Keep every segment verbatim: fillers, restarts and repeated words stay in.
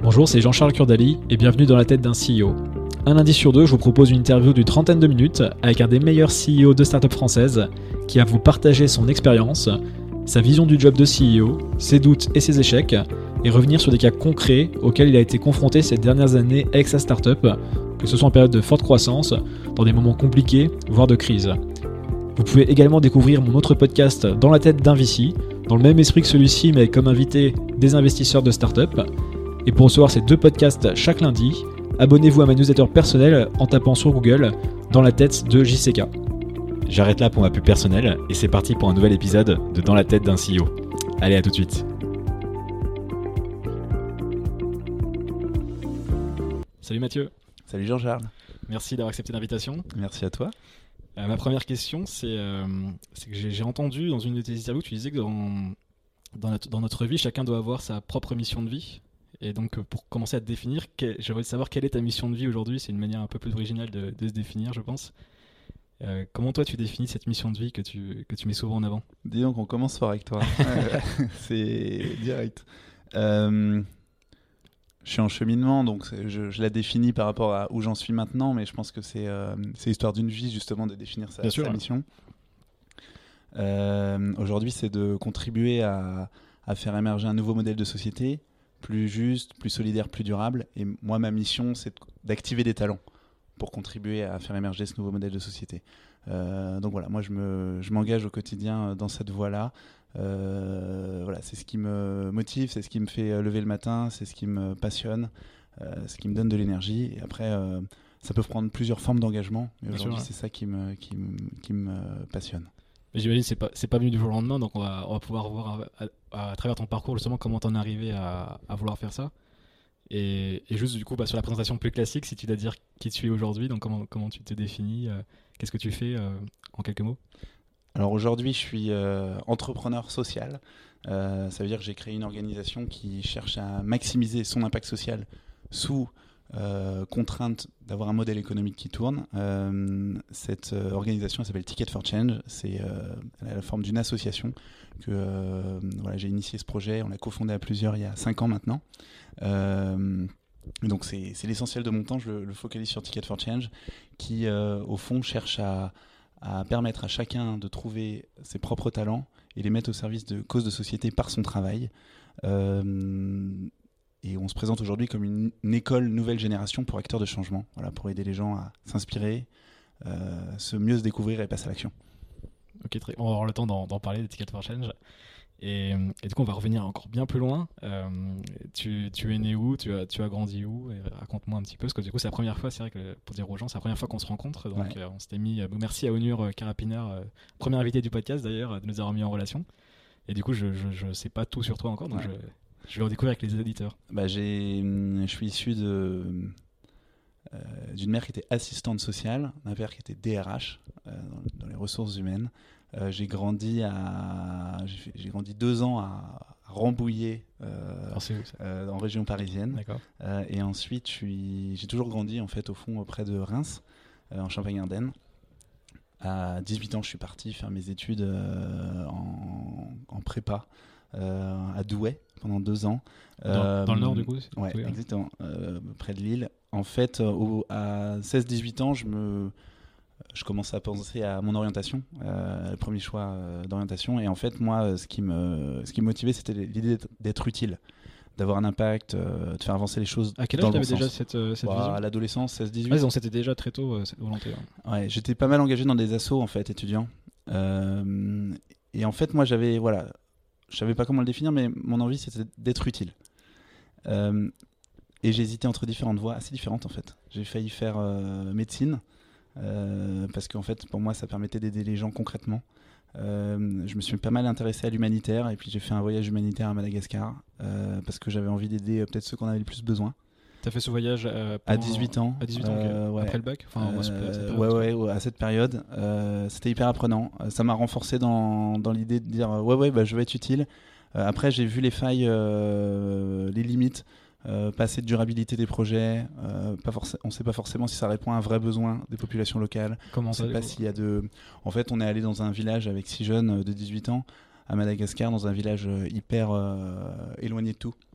Bonjour, c'est Jean-Charles Kurdali et bienvenue dans la tête d'un C E O. Un lundi sur deux, je vous propose une interview d'une trentaine de minutes avec un des meilleurs C E O de start-up françaises qui va vous partager son expérience, sa vision du job de C E O, ses doutes et ses échecs, et revenir sur des cas concrets auxquels il a été confronté ces dernières années avec sa start-up, que ce soit en période de forte croissance, dans des moments compliqués, voire de crise. Vous pouvez également découvrir mon autre podcast Dans la tête d'un V C, dans le même esprit que celui-ci, mais avec comme invité des investisseurs de start-up. Et pour recevoir ces deux podcasts chaque lundi, abonnez-vous à ma newsletter personnelle en tapant sur Google Dans la tête de J C K. J'arrête là pour ma pub personnelle et c'est parti pour un nouvel épisode de Dans la tête d'un C E O. Allez, à tout de suite. Salut Mathieu. Salut Jean-Charles. Merci d'avoir accepté l'invitation. Merci à toi. Euh, ma première question, c'est, euh, c'est que j'ai, j'ai entendu dans une de tes interviews que tu disais que dans, dans, notre, dans notre vie, chacun doit avoir sa propre mission de vie. Et donc, pour commencer à te définir, que, j'aimerais savoir quelle est ta mission de vie aujourd'hui. C'est une manière un peu plus originale de, de se définir, je pense. Euh, comment toi, tu définis cette mission de vie que tu, que tu mets souvent en avant ? Dis donc, on commence fort avec toi. C'est direct. Euh, je suis en cheminement, donc je, je la définis par rapport à où j'en suis maintenant, mais je pense que c'est, euh, c'est l'histoire d'une vie, justement, de définir sa, Bien sûr, sa ouais. mission. Euh, aujourd'hui, c'est de contribuer à, à faire émerger un nouveau modèle de société, plus juste, plus solidaire, plus durable. Et moi, ma mission, c'est d'activer des talents pour contribuer à faire émerger ce nouveau modèle de société. Euh, donc voilà, moi, je, me, je m'engage au quotidien dans cette voie-là. Euh, voilà, c'est ce qui me motive, c'est ce qui me fait lever le matin, c'est ce qui me passionne, euh, ce qui me donne de l'énergie. Et après, euh, ça peut prendre plusieurs formes d'engagement. Mais Bien aujourd'hui, sûr, ouais. c'est ça qui me, qui me, qui me passionne. Mais j'imagine que c'est pas, c'est pas venu du jour au lendemain, donc on va, on va pouvoir voir à, à, à travers ton parcours justement comment t'en es arrivé à, à vouloir faire ça. Et, et juste du coup, bah, sur la présentation plus classique, si tu dois dire qui tu es aujourd'hui, donc comment, comment tu te définis, euh, qu'est-ce que tu fais euh, en quelques mots ? Alors aujourd'hui, je suis euh, entrepreneur social. Euh, ça veut dire que j'ai créé une organisation qui cherche à maximiser son impact social sous euh, contrainte d'avoir un modèle économique qui tourne. Euh, cette euh, organisation elle s'appelle Ticket for Change. C'est euh, elle a la forme d'une association que euh, voilà, j'ai initié ce projet. On l'a cofondé à plusieurs il y a cinq ans maintenant. Euh, donc c'est, c'est l'essentiel de mon temps. Je le, le focalise sur Ticket for Change, qui euh, au fond cherche à à permettre à chacun de trouver ses propres talents et les mettre au service de causes de société par son travail. Euh, et on se présente aujourd'hui comme une, une école nouvelle génération pour acteurs de changement, voilà, pour aider les gens à s'inspirer, euh, se mieux se découvrir et passer à l'action. Ok, très... on va avoir le temps d'en, d'en parler des Ticket for Change. Et, et du coup, on va revenir encore bien plus loin. Euh, tu, tu es né où ? Tu as, tu as grandi où ? Et raconte-moi un petit peu, parce que du coup, c'est la première fois, c'est vrai que pour dire aux gens, c'est la première fois qu'on se rencontre. Donc, Ouais. euh, on s'était mis. Euh, merci à Onur euh, Carapinard, euh, premier invité du podcast d'ailleurs, de nous avoir mis en relation. Et du coup, je ne sais pas tout sur toi encore, donc Ouais. je, je vais en découvrir avec les auditeurs. Bah, j'ai, je suis issu de, euh, d'une mère qui était assistante sociale, d'un père qui était D R H euh, dans, dans les ressources humaines. Euh, j'ai grandi à, j'ai, fait, j'ai grandi deux ans à, à Rambouillet, euh, Alors, c'est où, ça ? euh, en région parisienne. D'accord. Euh, et ensuite, je suis, j'ai toujours grandi en fait au fond près de Reims, euh, en Champagne-Ardenne. À dix-huit ans, je suis parti faire mes études euh, en, en prépa euh, à Douai pendant deux ans. Dans, Euh, dans le nord, du coup c'est... Ouais, oui, hein. exactement, euh, près de Lille. En fait, euh, au, à seize dix-huit ans, je me je commence à penser à mon orientation, euh, le premier choix euh, d'orientation. Et en fait, moi, ce qui me, ce qui me motivait, c'était l'idée d'être, d'être utile, d'avoir un impact, euh, de faire avancer les choses À quel dans âge le bon tu avais déjà sens. cette, euh, cette Bah, vision ? à l'adolescence, seize dix-huit. Ouais, donc c'était déjà très tôt euh, cette volonté. Ouais. Ouais, j'étais pas mal engagé dans des assos, en fait, étudiants. Euh, et en fait, moi, j'avais, voilà, je savais pas comment le définir, mais mon envie, c'était d'être utile. Euh, et j'ai hésité entre différentes voies, assez différentes, en fait. J'ai failli faire euh, médecine. Euh, parce qu'en fait pour moi ça permettait d'aider les gens concrètement. Euh, je me suis pas mal intéressé à l'humanitaire et puis j'ai fait un voyage humanitaire à Madagascar euh, parce que j'avais envie d'aider euh, peut-être ceux qu'on avait le plus besoin. T'as fait ce voyage euh, À pendant... dix-huit ans. À dix-huit ans, ok. euh, ouais. Après le bac enfin, moi, c'est pas- c'est Euh, pas- ouais, ouais, ouais, à cette période. Euh, c'était hyper apprenant. Euh, ça m'a renforcé dans, dans l'idée de dire euh, ouais, ouais, bah, je vais être utile. Euh, après, j'ai vu les failles, euh, les limites. Euh, pas assez de durabilité des projets, euh, pas forc- on ne sait pas forcément si ça répond à un vrai besoin des populations locales. Comment On ça sait pas s'il y a de... En fait, on est allé dans un village avec six jeunes euh, de dix-huit ans à Madagascar, dans un village euh, hyper euh, éloigné de tout.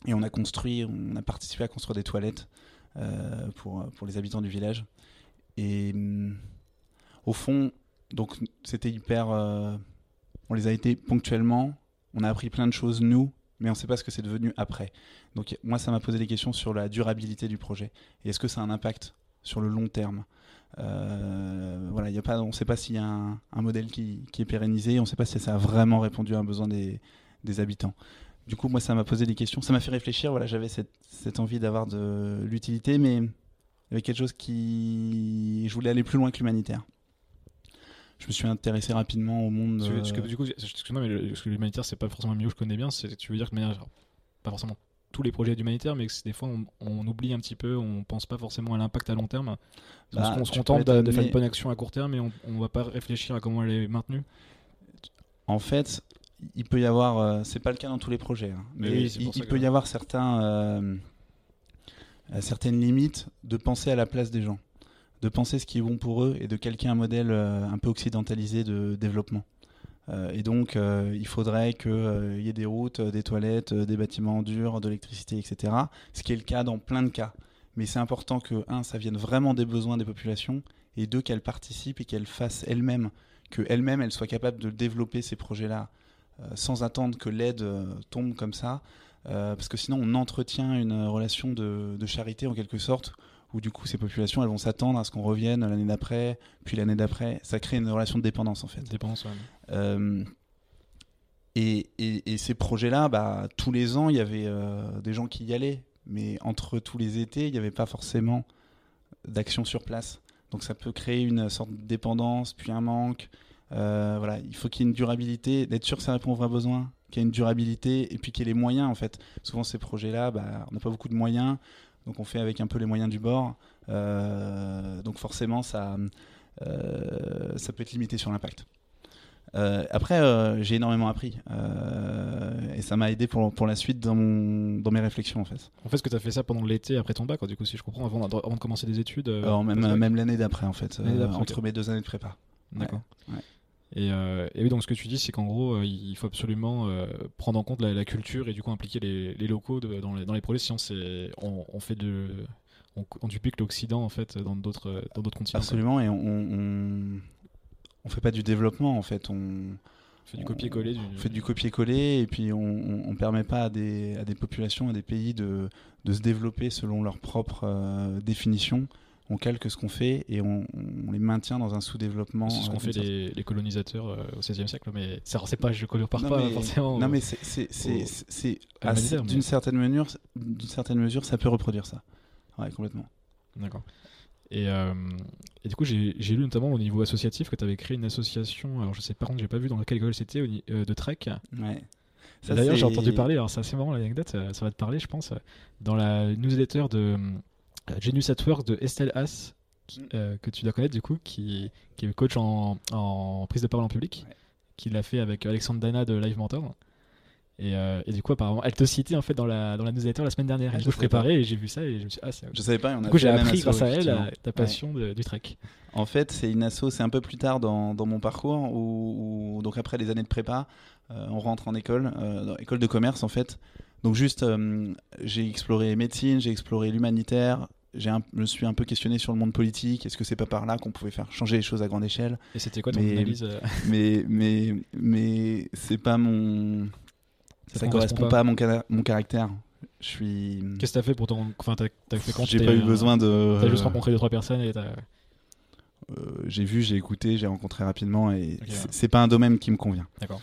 Et on a construit, on a participé à construire des toilettes euh, pour, pour les habitants du village. Et hum, au fond, donc, c'était hyper... Euh, on les a été ponctuellement, on a appris plein de choses, nous, mais on ne sait pas ce que c'est devenu après. Donc moi, ça m'a posé des questions sur la durabilité du projet. Et est-ce que ça a un impact sur le long terme ? euh, voilà, y a pas, on ne sait pas s'il y a un, un modèle qui, qui est pérennisé, on ne sait pas si ça a vraiment répondu à un besoin des, des habitants. Du coup, moi, ça m'a posé des questions, ça m'a fait réfléchir. Voilà, j'avais cette, cette envie d'avoir de l'utilité, mais il y avait quelque chose qui... Je voulais aller plus loin que l'humanitaire. Je me suis intéressé rapidement au monde. Euh... Parce que, du coup, excuse-moi, mais le, que l'humanitaire, c'est pas forcément un milieu que je connais bien. C'est, tu veux dire que de manière, genre, pas forcément tous les projets d'humanitaire, mais que des fois on, on oublie un petit peu, on pense pas forcément à l'impact à long terme. Bah, on se contente de, de faire une bonne action à court terme, mais on, on va pas réfléchir à comment elle est maintenue. En fait, il peut y avoir, euh, c'est pas le cas dans tous les projets, hein, mais oui, il, il peut y avoir certains, euh, certaines limites de penser à la place des gens, de penser ce qui est bon pour eux et de calquer un modèle euh, un peu occidentalisé de développement. Euh, et donc, euh, il faudrait qu'il euh, y ait des routes, des toilettes, des bâtiments durs, de l'électricité, et cetera. Ce qui est le cas dans plein de cas. Mais c'est important que, un, ça vienne vraiment des besoins des populations, et deux, qu'elles participent et qu'elles fassent elles-mêmes, qu'elles-mêmes, elles soient capables de développer ces projets-là euh, sans attendre que l'aide euh, tombe comme ça. Euh, parce que sinon, on entretient une relation de, de charité, en quelque sorte, où du coup ces populations elles vont s'attendre à ce qu'on revienne l'année d'après, puis l'année d'après, ça crée une relation de dépendance en fait. Dépendance, ouais. Euh, et, et, et ces projets-là, bah, tous les ans il y avait euh, des gens qui y allaient, mais entre tous les étés il n'y avait pas forcément d'action sur place. Donc ça peut créer une sorte de dépendance, puis un manque. Euh, voilà, il faut qu'il y ait une durabilité, d'être sûr que ça répond aux vrais besoins, qu'il y ait une durabilité, et puis qu'il y ait les moyens en fait. Souvent ces projets-là, bah, on n'a pas beaucoup de moyens. Donc on fait avec un peu les moyens du bord. Euh, donc forcément, ça, euh, ça peut être limité sur l'impact. Euh, après, euh, j'ai énormément appris. Euh, et ça m'a aidé pour, pour la suite dans, mon, dans mes réflexions, en fait. En fait, est-ce que tu as fait ça pendant l'été après ton bac, quoi, du coup, si je comprends, avant, avant de commencer des études euh, Alors, même, même l'année d'après, en fait. Euh, entre okay. mes deux années de prépa. D'accord. Ouais. Ouais. Et, euh, et oui, donc ce que tu dis, c'est qu'en gros, euh, il faut absolument euh, prendre en compte la, la culture et du coup impliquer les, les locaux de, dans, les, dans les projets. Sinon, c'est, on, on fait de, on, on duplique l'Occident en fait dans d'autres, dans d'autres continents. Absolument, quoi. Et on, on, on fait pas du développement en fait. On, on fait du copier-coller. Du... On fait du copier-coller et puis on, on, on permet pas à des, à des populations, à des pays de, de se développer selon leur propre euh, définition. On calque ce qu'on fait et on, on les maintient dans un sous-développement. C'est ce qu'ont euh, fait les, les colonisateurs euh, au seizième siècle, mais ça, c'est pas, je compare pas mais, forcément. Non, au, mais c'est, c'est, c'est, au, c'est, c'est assez, d'une, mais... certaine mesure, d'une certaine mesure, ça peut reproduire ça. Ouais, complètement. D'accord. Et, euh, et du coup, j'ai, j'ai lu notamment au niveau associatif que tu avais créé une association, alors je sais par contre, j'ai pas vu dans quelle école c'était, au, euh, de Trek. Ouais. Ça, d'ailleurs, c'est... j'ai entendu parler, alors c'est assez marrant l'anecdote, ça, ça va te parler, je pense, dans la newsletter de. Genius at Work de Estelle Haas, qui, euh, que tu dois connaître du coup, qui, qui est coach en, en prise de parole en public, ouais. Qui l'a fait avec Alexandre Dana de Live Mentor. Et, euh, et du coup, apparemment, elle te citait en fait dans la, dans la newsletter la semaine dernière. Ah, et du coup, je préparais et j'ai vu ça et je me suis dit, ah, c'est. Je savais pas, on a du coup, j'ai appris grâce à elle la, ta passion ouais. de, du trek. En fait, c'est une asso, c'est un peu plus tard dans, dans mon parcours, où, où, donc après les années de prépa, euh, on rentre en école, euh, dans école de commerce en fait. Donc juste, euh, j'ai exploré médecine, j'ai exploré l'humanitaire, j'ai un, je me suis un peu questionné sur le monde politique. Est-ce que c'est pas par là qu'on pouvait faire changer les choses à grande échelle ? Et c'était quoi ton mais, analyse euh... Mais mais mais c'est pas mon, ça, ça correspond pas, pas à mon, ca- mon caractère. Je suis. Qu'est-ce que t'as fait pour ton, enfin t'as, t'as fait quand j'ai pas eu un... besoin de. T'as juste rencontré deux trois personnes et t'as. Euh, j'ai vu, j'ai écouté, j'ai rencontré rapidement et okay, c'est, ouais. c'est pas un domaine qui me convient. D'accord.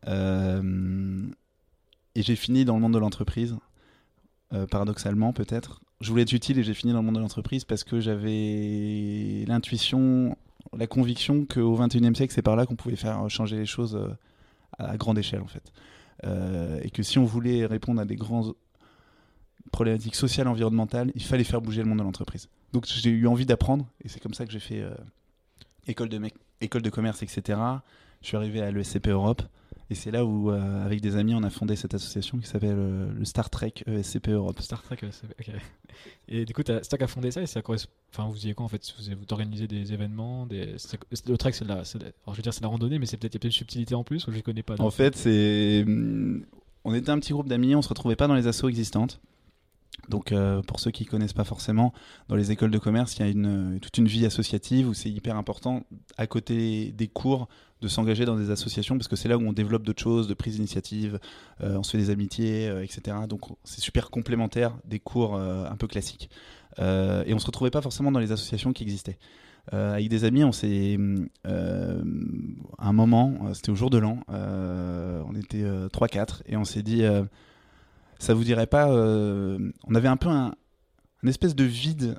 Euh, et j'ai fini dans le monde de l'entreprise, euh, paradoxalement peut-être. Je voulais être utile et j'ai fini dans le monde de l'entreprise parce que j'avais l'intuition, la conviction qu'au vingt et unième siècle, c'est par là qu'on pouvait faire changer les choses à grande échelle en fait. Euh, et que si on voulait répondre à des grandes problématiques sociales, environnementales, il fallait faire bouger le monde de l'entreprise. Donc j'ai eu envie d'apprendre et c'est comme ça que j'ai fait euh, école de mec, école de commerce, et cetera. Je suis arrivé à l'E S C P Europe et c'est là où, euh, avec des amis, on a fondé cette association qui s'appelle euh, le Star Trek E S C P Europe. Star Trek E S C P, ok. Et du coup, c'est toi qui as fondé ça et ça correspond. Enfin, vous faisiez quoi en fait ? Vous, vous organisez des événements, des... Le trek, c'est de la, c'est de... Alors, je veux dire, c'est de la randonnée, mais c'est peut-être il y a peut-être une subtilité en plus ou je ne connais pas. En fait, c'est on était un petit groupe d'amis, on se retrouvait pas dans les assos existantes. Donc euh, pour ceux qui connaissent pas forcément, dans les écoles de commerce, il y a une, toute une vie associative où c'est hyper important, à côté des cours, de s'engager dans des associations parce que c'est là où on développe d'autres choses, de prise d'initiative, euh, on se fait des amitiés, euh, et cetera. Donc c'est super complémentaire des cours euh, un peu classiques. Euh, et on se retrouvait pas forcément dans les associations qui existaient. Euh, avec des amis, on s'est euh, à un moment, c'était au jour de l'an, euh, on était euh, trois quatre et on s'est dit euh, ça vous dirait pas euh, on avait un peu un, une espèce de vide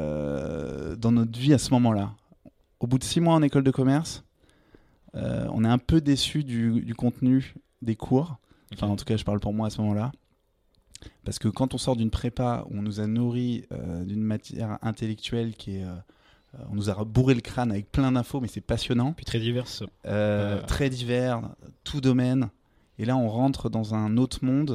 euh, dans notre vie à ce moment-là. Au bout de six mois en école de commerce, euh, on est un peu déçu du, du contenu des cours. Enfin, en tout cas, je parle pour moi à ce moment-là. Parce que quand on sort d'une prépa où on nous a nourri euh, d'une matière intellectuelle qui est... Euh, on nous a bourré le crâne avec plein d'infos, mais c'est passionnant. Puis très diverses. Euh, euh... Très divers, tout domaine. Et là, on rentre dans un autre monde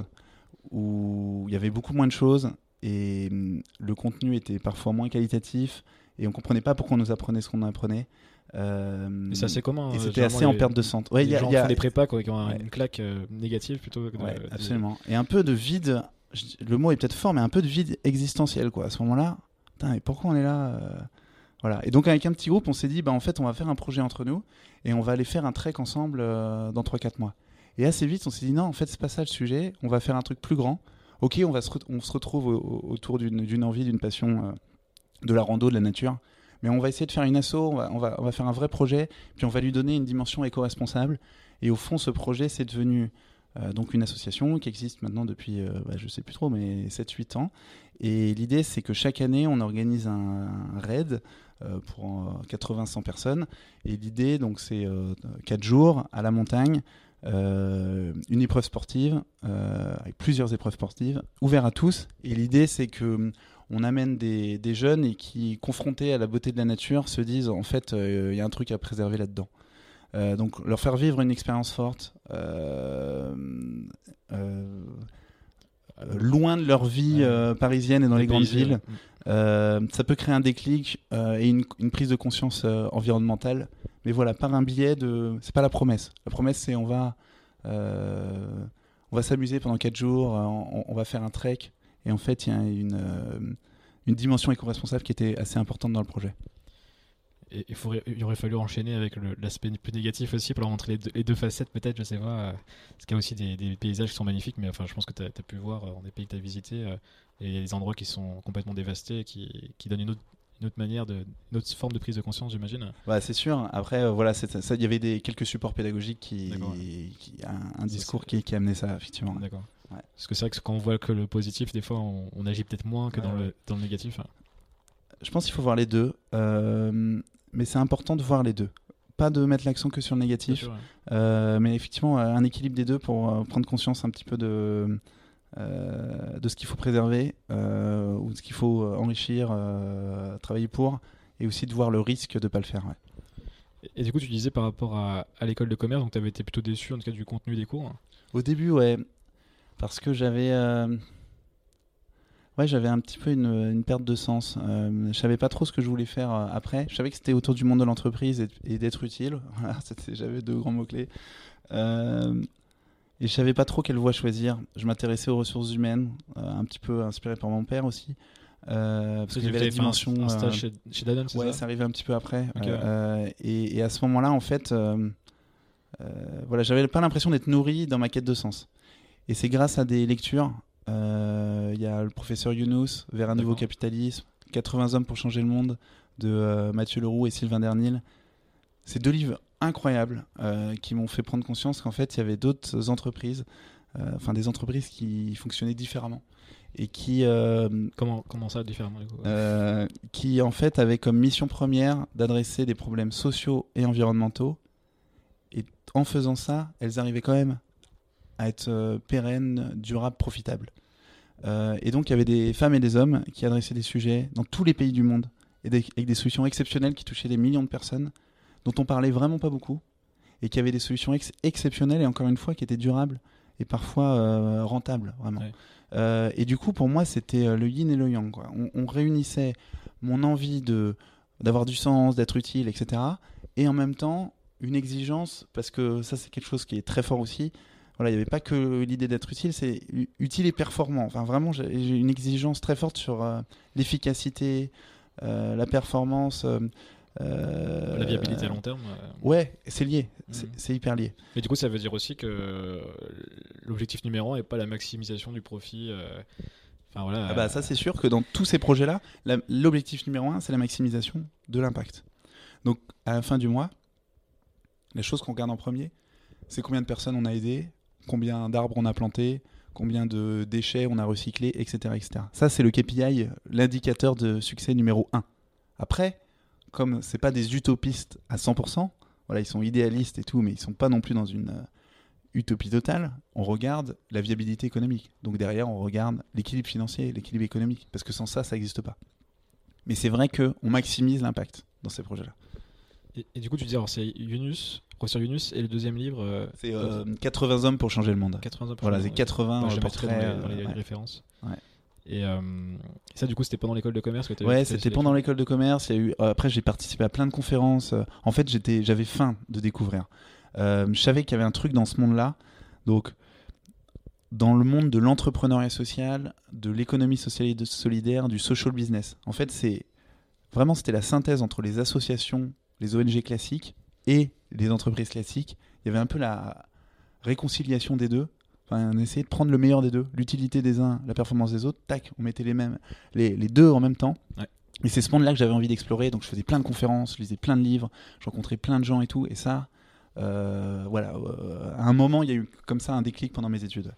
où il y avait beaucoup moins de choses et le contenu était parfois moins qualitatif et on comprenait pas pourquoi on nous apprenait ce qu'on apprenait. Euh, et ça c'est comment et c'était assez les, en perte de centre. Ouais, les y a, gens y a, font des prépas quoi, qui ont ouais. une claque euh, négative plutôt que de, ouais, de... absolument. Et un peu de vide, le mot est peut-être fort, mais un peu de vide existentiel quoi. À ce moment-là, putain, mais pourquoi on est là euh... Voilà. Et donc avec un petit groupe, on s'est dit bah en fait on va faire un projet entre nous et on va aller faire un trek ensemble euh, dans trois quatre mois. Et assez vite, on s'est dit non, en fait, c'est pas ça le sujet. On va faire un truc plus grand. Ok, on, va se, re- on se retrouve au- au- autour d'une, d'une envie, d'une passion euh, de la rando, de la nature. Mais on va essayer de faire une asso, on va, on va, on va faire un vrai projet, puis on va lui donner une dimension éco-responsable. Et au fond, ce projet, c'est devenu euh, donc une association qui existe maintenant depuis, euh, bah, je sais plus trop, mais sept huit ans. Et l'idée, c'est que chaque année, on organise un, un raid euh, pour euh, quatre-vingts à cent personnes. Et l'idée, donc, c'est euh, quatre jours à la montagne. Euh, une épreuve sportive euh, avec plusieurs épreuves sportives ouvertes à tous et l'idée c'est que on amène des, des jeunes et qui confrontés à la beauté de la nature se disent en fait il euh, y a un truc à préserver là-dedans euh, donc leur faire vivre une expérience forte euh, euh, euh, loin de leur vie euh, parisienne et dans les, les grandes villes euh, ça peut créer un déclic euh, et une, une prise de conscience euh, environnementale. Mais voilà, par un biais de... C'est pas la promesse. La promesse, c'est on va, euh, on va s'amuser pendant quatre jours, on, on va faire un trek. Et en fait, il y a une, euh, une dimension éco-responsable qui était assez importante dans le projet. Et il, faudrait, il aurait fallu enchaîner avec le, l'aspect plus négatif aussi pour leur montrer les deux, les deux facettes, peut-être, je sais pas. Parce qu'il y a aussi des, des paysages qui sont magnifiques, mais enfin, je pense que tu as pu voir dans des pays que tu as visités. Et il y a des endroits qui sont complètement dévastés, qui, qui donnent une autre. Une autre manière, de, une autre forme de prise de conscience, j'imagine. Ouais, c'est sûr. Après, euh, voilà, c'est, ça, il y avait des quelques supports pédagogiques qui, ouais. qui un, un discours qui, qui amenait ça, effectivement. D'accord. Ouais. Parce que c'est vrai que quand on voit que le positif, des fois, on, on agit peut-être moins que ouais, dans, ouais. Le, dans le négatif. Je pense qu'il faut voir les deux, euh, mais c'est important de voir les deux. Pas de mettre l'accent que sur le négatif, sûr, ouais. euh, mais effectivement un équilibre des deux pour euh, prendre conscience un petit peu de. Euh, de ce qu'il faut préserver euh, ou de ce qu'il faut enrichir, euh, travailler pour, et aussi de voir le risque de ne pas le faire. Ouais. Et, et du coup, tu disais par rapport à, à l'école de commerce, donc tu avais été plutôt déçu en tout cas du contenu des cours. Au début, ouais, parce que j'avais, euh... ouais, j'avais un petit peu une, une perte de sens. Euh, je savais pas trop ce que je voulais faire euh, après. Je savais que c'était autour du monde de l'entreprise et, et d'être utile. Voilà, c'était, j'avais deux grands mots-clés. Euh... Et je savais pas trop quelle voie choisir. Je m'intéressais aux ressources humaines, euh, un petit peu inspiré par mon père aussi. Euh, parce qu'il y avait la dimension. Un, un stage euh, chez, chez Danone, c'est ouais, ça ? ça arrivait un petit peu après. Okay. Euh, et, et à ce moment-là, en fait, euh, euh, voilà, j'avais pas l'impression d'être nourri dans ma quête de sens. Et c'est grâce à des lectures. Il euh, y a le professeur Younous, Vers un D'accord. nouveau capitalisme, quatre-vingts hommes pour changer le monde, de euh, Mathieu Leroux et Sylvain Dernil. Ces deux livres incroyables euh, qui m'ont fait prendre conscience qu'en fait il y avait d'autres entreprises, euh, enfin des entreprises qui fonctionnaient différemment et qui euh, comment comment ça différemment du coup, ouais. euh, qui en fait avaient comme mission première d'adresser des problèmes sociaux et environnementaux, et en faisant ça elles arrivaient quand même à être euh, pérennes, durables, profitables. Euh, et donc il y avait des femmes et des hommes qui adressaient des sujets dans tous les pays du monde et des, avec des solutions exceptionnelles qui touchaient des millions de personnes, dont on parlait vraiment pas beaucoup, et qui avaient des solutions ex- exceptionnelles et encore une fois qui étaient durables et parfois euh, rentables vraiment. Ouais. Euh, et du coup pour moi c'était le yin et le yang, quoi. On, on réunissait mon envie de d'avoir du sens, d'être utile, et cetera. Et en même temps une exigence, parce que ça c'est quelque chose qui est très fort aussi. voilà, il n'y avait pas que l'idée d'être utile, c'est u- utile et performant. Enfin, vraiment, j'ai, j'ai une exigence très forte sur euh, l'efficacité, euh, la performance. Euh, euh, La viabilité à long terme. euh, Ouais, c'est lié, Mhm. c'est, c'est hyper lié. Mais du coup, ça veut dire aussi que l'objectif numéro un n'est pas la maximisation du profit. euh, Enfin voilà. Ah bah, ça, c'est sûr que dans tous ces projets-là, la- l'objectif numéro un, c'est la maximisation de l'impact. Donc, à la fin du mois, la chose qu'on regarde en premier, c'est combien de personnes on a aidé, combien d'arbres on a plantés, combien de déchets on a recyclés, et cetera, et cetera. Ça, c'est le K P I, l'indicateur de succès numéro un. Après, comme c'est pas des utopistes à cent pour cent, voilà, ils sont idéalistes et tout, mais ils sont pas non plus dans une euh, utopie totale, on regarde la viabilité économique. Donc derrière, on regarde l'équilibre financier, l'équilibre économique, parce que sans ça, ça n'existe pas. Mais c'est vrai qu'on maximise l'impact dans ces projets-là. Et, et du coup, tu dis, alors c'est Yunus, professeur Yunus, et le deuxième livre. euh, C'est euh, quatre-vingts hommes pour changer le monde. quatre-vingts ans. Voilà, c'est quatre-vingts Bah, je euh, les mettrai portraits. dans les, dans les euh, ouais. références. Ouais. Et euh, ça, du coup, c'était pendant l'école de commerce que tu Ouais, c'était pendant l'école de commerce. Il y a eu... euh, Après, j'ai participé à plein de conférences. Euh, En fait, j'étais... j'avais faim de découvrir. Euh, je savais qu'il y avait un truc dans ce monde-là. Donc, dans le monde de l'entrepreneuriat social, de l'économie sociale et solidaire, du social business. En fait, c'est vraiment, c'était la synthèse entre les associations, les O N G classiques et les entreprises classiques. Il y avait un peu la réconciliation des deux. Enfin, on essayait de prendre le meilleur des deux, l'utilité des uns, la performance des autres. Tac, on mettait les mêmes, les, les deux en même temps. Ouais. Et c'est ce monde-là que j'avais envie d'explorer. Donc, je faisais plein de conférences, je lisais plein de livres, je rencontrais plein de gens et tout. Et ça, euh, voilà, euh, à un moment, il y a eu comme ça un déclic pendant mes études.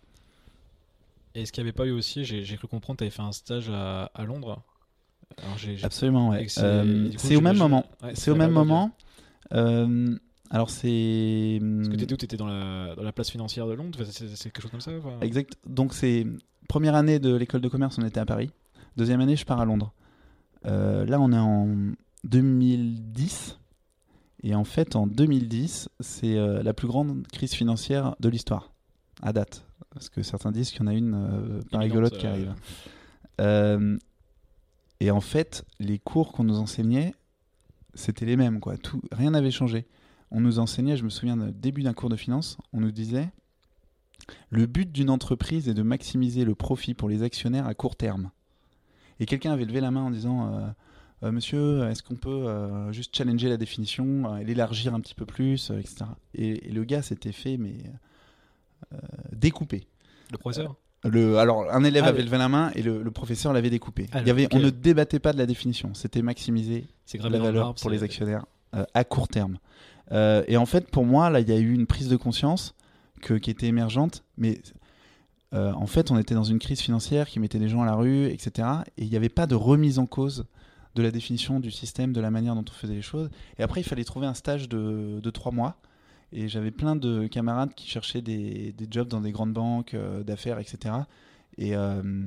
Et est-ce qu'il n'y avait pas eu aussi, j'ai j'ai cru comprendre, tu avais fait un stage à, à Londres. Alors, j'ai- j'ai- Absolument, et ouais. que c'est- Euh, du coup, c'est au même j'imagine- moment. ouais, c'est au la même période, moment. Euh, alors, c'est. Parce que t'étais où? T'étais dans la, dans la place financière de Londres? Enfin, c'est, c'est quelque chose comme ça enfin... Exact. Donc, c'est. Première année de l'école de commerce, on était à Paris. Deuxième année, je pars à Londres. Euh, là, on est en deux mille dix. Et en fait, en deux mille dix, c'est euh, la plus grande crise financière de l'histoire, à date. Parce que certains disent qu'il y en a une euh, pas Imminente, rigolote qui euh, arrive. Euh, et en fait, les cours qu'on nous enseignait, c'était les mêmes, quoi. Tout, rien n'avait changé. On nous enseignait, je me souviens du début d'un cours de finance, on nous disait le but d'une entreprise est de maximiser le profit pour les actionnaires à court terme. Et quelqu'un avait levé la main en disant euh, euh, Monsieur, est-ce qu'on peut euh, juste challenger la définition, euh, l'élargir un petit peu plus, euh, et cetera. Et, et le gars s'était fait mais euh, découper. Le professeur? Le, alors, un élève Ah, avait le- levé la main et le, le professeur l'avait découpé. Ah, Il y avait, ok. On ne débattait pas de la définition, c'était maximiser C'est la gravé dans le valeur marbre, pour c'est- les actionnaires euh, à court terme. Euh, et en fait, pour moi, là, il y a eu une prise de conscience que, qui était émergente, mais euh, en fait, on était dans une crise financière qui mettait les gens à la rue, et cetera. Et il n'y avait pas de remise en cause de la définition du système, de la manière dont on faisait les choses. Et après, il fallait trouver un stage de, de trois mois. Et j'avais plein de camarades qui cherchaient des, des jobs dans des grandes banques euh, d'affaires, et cetera. Et, euh,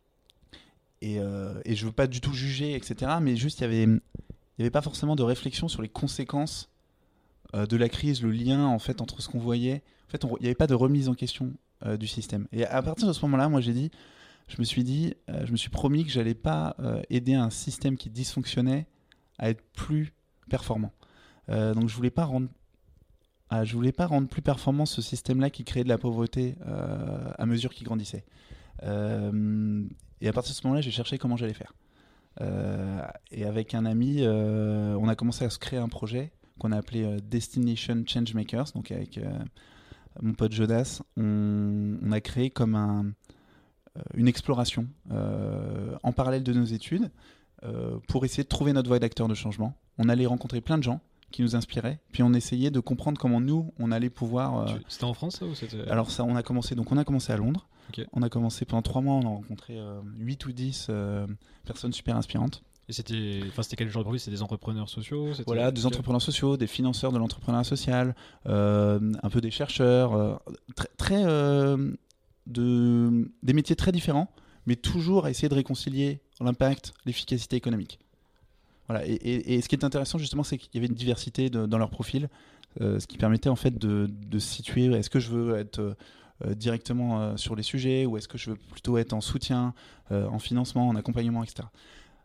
et, euh, et je veux pas du tout juger, et cetera. Mais juste, il y avait, il y avait pas forcément de réflexion sur les conséquences euh, de la crise, le lien en fait entre ce qu'on voyait. En fait, on- il n'y avait pas de remise en question euh, du système. Et à partir de ce moment-là, moi, j'ai dit, je me suis dit, euh, je me suis promis que j'allais pas euh, aider un système qui dysfonctionnait à être plus performant. Euh, donc, je voulais pas rendre ah, je voulais pas rendre plus performant ce système-là qui créait de la pauvreté euh, à mesure qu'il grandissait. Euh, et à partir de ce moment-là, j'ai cherché comment j'allais faire. Euh, et avec un ami, euh, on a commencé à se créer un projet qu'on a appelé euh, Destination Changemakers. Donc avec euh, mon pote Jodas, on, on a créé comme un, euh, une exploration euh, en parallèle de nos études euh, pour essayer de trouver notre voie d'acteur de changement. On allait rencontrer plein de gens qui nous inspiraient, puis on essayait de comprendre comment nous, on allait pouvoir... euh, Tu- C'était en France ça ou c'était... alors ça, on a commencé, donc on a commencé à Londres. Ok. On a commencé pendant trois mois, on a rencontré euh, huit ou dix euh, personnes super inspirantes. Et c'était, enfin, c'était quel genre de profil? C'était des entrepreneurs sociaux? C'était... Voilà, des entrepreneurs sociaux, des financeurs de l'entrepreneuriat social, euh, un peu des chercheurs, euh, très, très euh, de, des métiers très différents, mais toujours à essayer de réconcilier l'impact, l'efficacité économique. Voilà, et, et, et ce qui est intéressant justement, c'est qu'il y avait une diversité de, dans leur profil, euh, ce qui permettait en fait de, de se situer. Est-ce que je veux être euh, directement euh, sur les sujets, ou est-ce que je veux plutôt être en soutien, euh, en financement, en accompagnement, et cetera.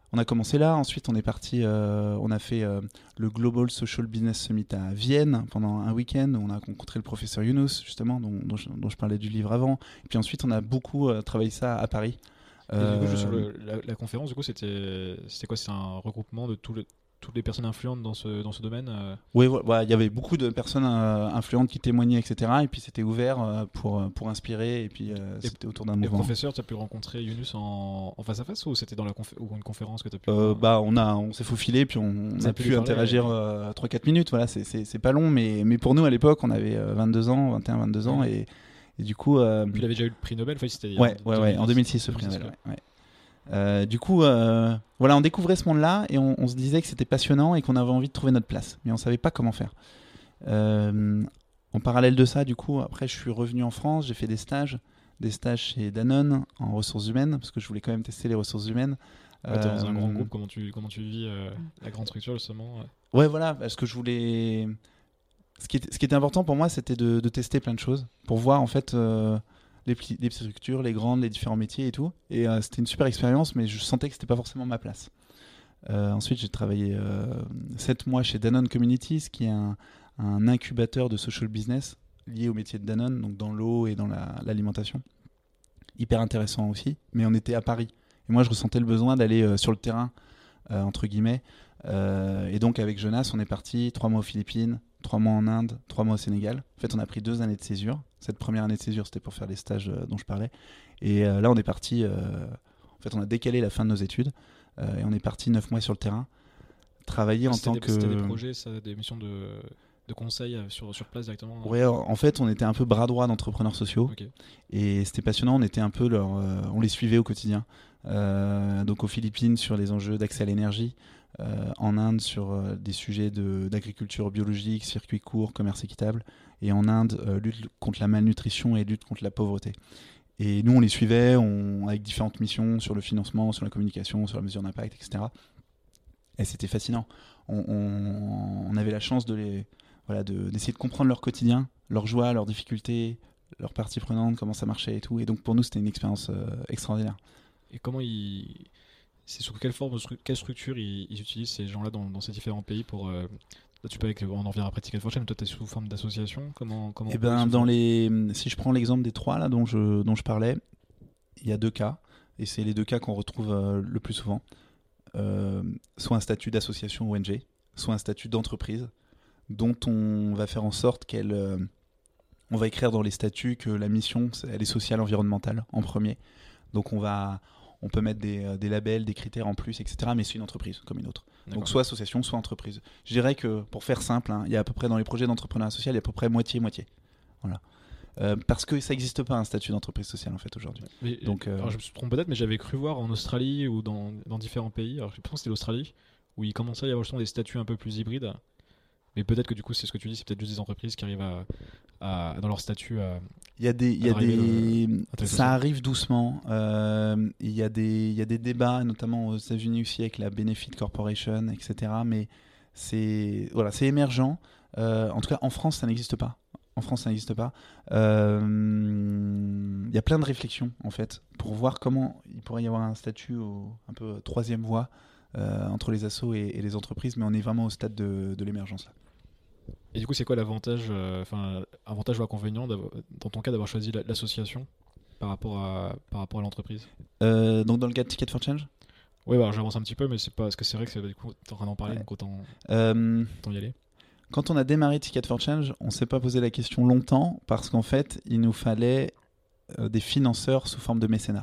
on a commencé là. Ensuite, on est parti, euh, on a fait euh, le Global Social Business Summit à Vienne pendant un week-end. On a rencontré le professeur Younous, justement, dont, dont, je, dont je parlais du livre avant. Et puis ensuite, on a beaucoup euh, travaillé ça à Paris. Et euh... du coup, sur le, la, la conférence, du coup, c'était, c'était quoi? C'est un regroupement de tous les toutes les personnes influentes dans ce, dans ce domaine euh... Oui, il voilà, y avait beaucoup de personnes euh, influentes qui témoignaient, et cetera. Et puis c'était ouvert euh, pour, pour inspirer, et puis euh, et c'était autour d'un mouvement. Et professeur, tu as pu rencontrer Younous en, en face à face, ou c'était dans la confé- ou une conférence que tu as pu euh, bah, on, a, on s'est faufilé, puis on, on a pu, pu interagir euh, trois quatre minutes. Voilà, c'est, c'est, c'est pas long, mais, mais pour nous à l'époque, on avait vingt-deux ans, vingt et un, vingt-deux ans. Et, et du coup. Euh... Puis il avait déjà eu le prix Nobel, enfin, c'était ouais, en, ouais, ouais, en deux mille six, ce prix Nobel. Ouais, ouais. Euh, du coup, euh, voilà, on découvrait ce monde-là et on, on se disait que c'était passionnant et qu'on avait envie de trouver notre place, mais on savait pas comment faire. Euh, en parallèle de ça, du coup, après, je suis revenu en France, j'ai fait des stages, des stages chez Danone en ressources humaines, parce que je voulais quand même tester les ressources humaines. Ouais, t'es dans un grand groupe, comment tu, comment tu vis euh, la grande structure justement Ouais, voilà, parce que je voulais. Ce qui était, ce qui était important pour moi, c'était de, de tester plein de choses pour voir en fait. Euh, Les, petits, les petites structures, les grandes, les différents métiers et tout. Et euh, c'était une super expérience, mais je sentais que c'était pas forcément ma place. Euh, ensuite, j'ai travaillé sept euh, mois chez Danone Communities, qui est un, un incubateur de social business lié au métier de Danone, donc dans l'eau et dans la, l'alimentation. Hyper intéressant aussi, mais on était à Paris. Et moi, je ressentais le besoin d'aller euh, sur le terrain, euh, entre guillemets. Euh, et donc, avec Jonas, on est parti trois mois aux Philippines, trois mois en Inde, trois mois au Sénégal. En fait, on a pris deux années de césure. Cette première année de césure, c'était pour faire les stages euh, dont je parlais. Et euh, là, on est parti. Euh, en fait, on a décalé la fin de nos études euh, et on est parti neuf mois sur le terrain, travailler en c'était tant des, que. C'était des projets, ça, des missions de, de conseil sur, sur place directement. Ouais, en fait, on était un peu bras droit d'entrepreneurs sociaux. Okay. Et c'était passionnant. On était un peu leur, euh, on les suivait au quotidien. Euh, donc aux Philippines sur les enjeux d'accès à l'énergie. Euh, en Inde sur euh, des sujets de, d'agriculture biologique, circuit court, commerce équitable, et en Inde, euh, lutte contre la malnutrition et lutte contre la pauvreté. Et nous, on les suivait on, avec différentes missions sur le financement, sur la communication, sur la mesure d'impact, et cetera. Et c'était fascinant. On, on, on avait la chance de les, voilà, de, d'essayer de comprendre leur quotidien, leurs joies, leurs difficultés, leurs parties prenantes, comment ça marchait et tout. Et donc pour nous, c'était une expérience euh, extraordinaire. Et comment ils... C'est sous quelle forme, quelle structure ils, ils utilisent ces gens-là dans, dans ces différents pays pour... Euh, là, tu peux avec, on en revient après Ticket for Change, mais toi, tu es sous forme d'association. Comment, comment Eh ben, dans les, si je prends l'exemple des trois là, dont, je, dont je parlais, il y a deux cas, et c'est les deux cas qu'on retrouve euh, le plus souvent. Euh, soit un statut d'association O N G, soit un statut d'entreprise, dont on va faire en sorte qu'elle... Euh, on va écrire dans les statuts que la mission, elle est sociale, environnementale, en premier. Donc on va... On peut mettre des, des labels, des critères en plus, et cetera. Mais c'est une entreprise comme une autre. D'accord. Donc soit association, soit entreprise. Je dirais que pour faire simple, hein, il y a à peu près dans les projets d'entrepreneuriat social, il y a à peu près moitié-moitié. Voilà. Euh, parce que ça n'existe pas un statut d'entreprise sociale en fait aujourd'hui. Mais, Donc, euh... alors, je me trompe peut-être, mais j'avais cru voir en Australie ou dans, dans différents pays, alors je pense que c'était l'Australie, où il commençait à y avoir justement des statuts un peu plus hybrides. Mais peut-être que du coup, c'est ce que tu dis, c'est peut-être juste des entreprises qui arrivent à, à dans leur statut à. Il y a des, il y a des, le... ça arrive doucement. Euh, il y a des, il y a des débats, notamment aux États-Unis aussi avec la Benefit Corporation, et cetera. Mais c'est, voilà, c'est émergent. Euh, en tout cas, en France, ça n'existe pas. En France, ça n'existe pas. Euh, il y a plein de réflexions en fait pour voir comment il pourrait y avoir un statut au, un peu troisième voie euh, entre les assos et, et les entreprises, mais on est vraiment au stade de, de l'émergence là. Et du coup, c'est quoi l'avantage, enfin, euh, avantage ou inconvénient dans ton cas d'avoir choisi l'association par rapport à, par rapport à l'entreprise euh, Donc dans le cas de Ticket for Change. Oui, bah, j'avance un petit peu, mais c'est pas, parce que c'est vrai que c'est, du coup, t'es en train d'en parler, ouais. Donc autant, euh, autant y aller. Quand on a démarré Ticket for Change, on s'est pas posé la question longtemps parce qu'en fait, il nous fallait euh, des financeurs sous forme de mécénat.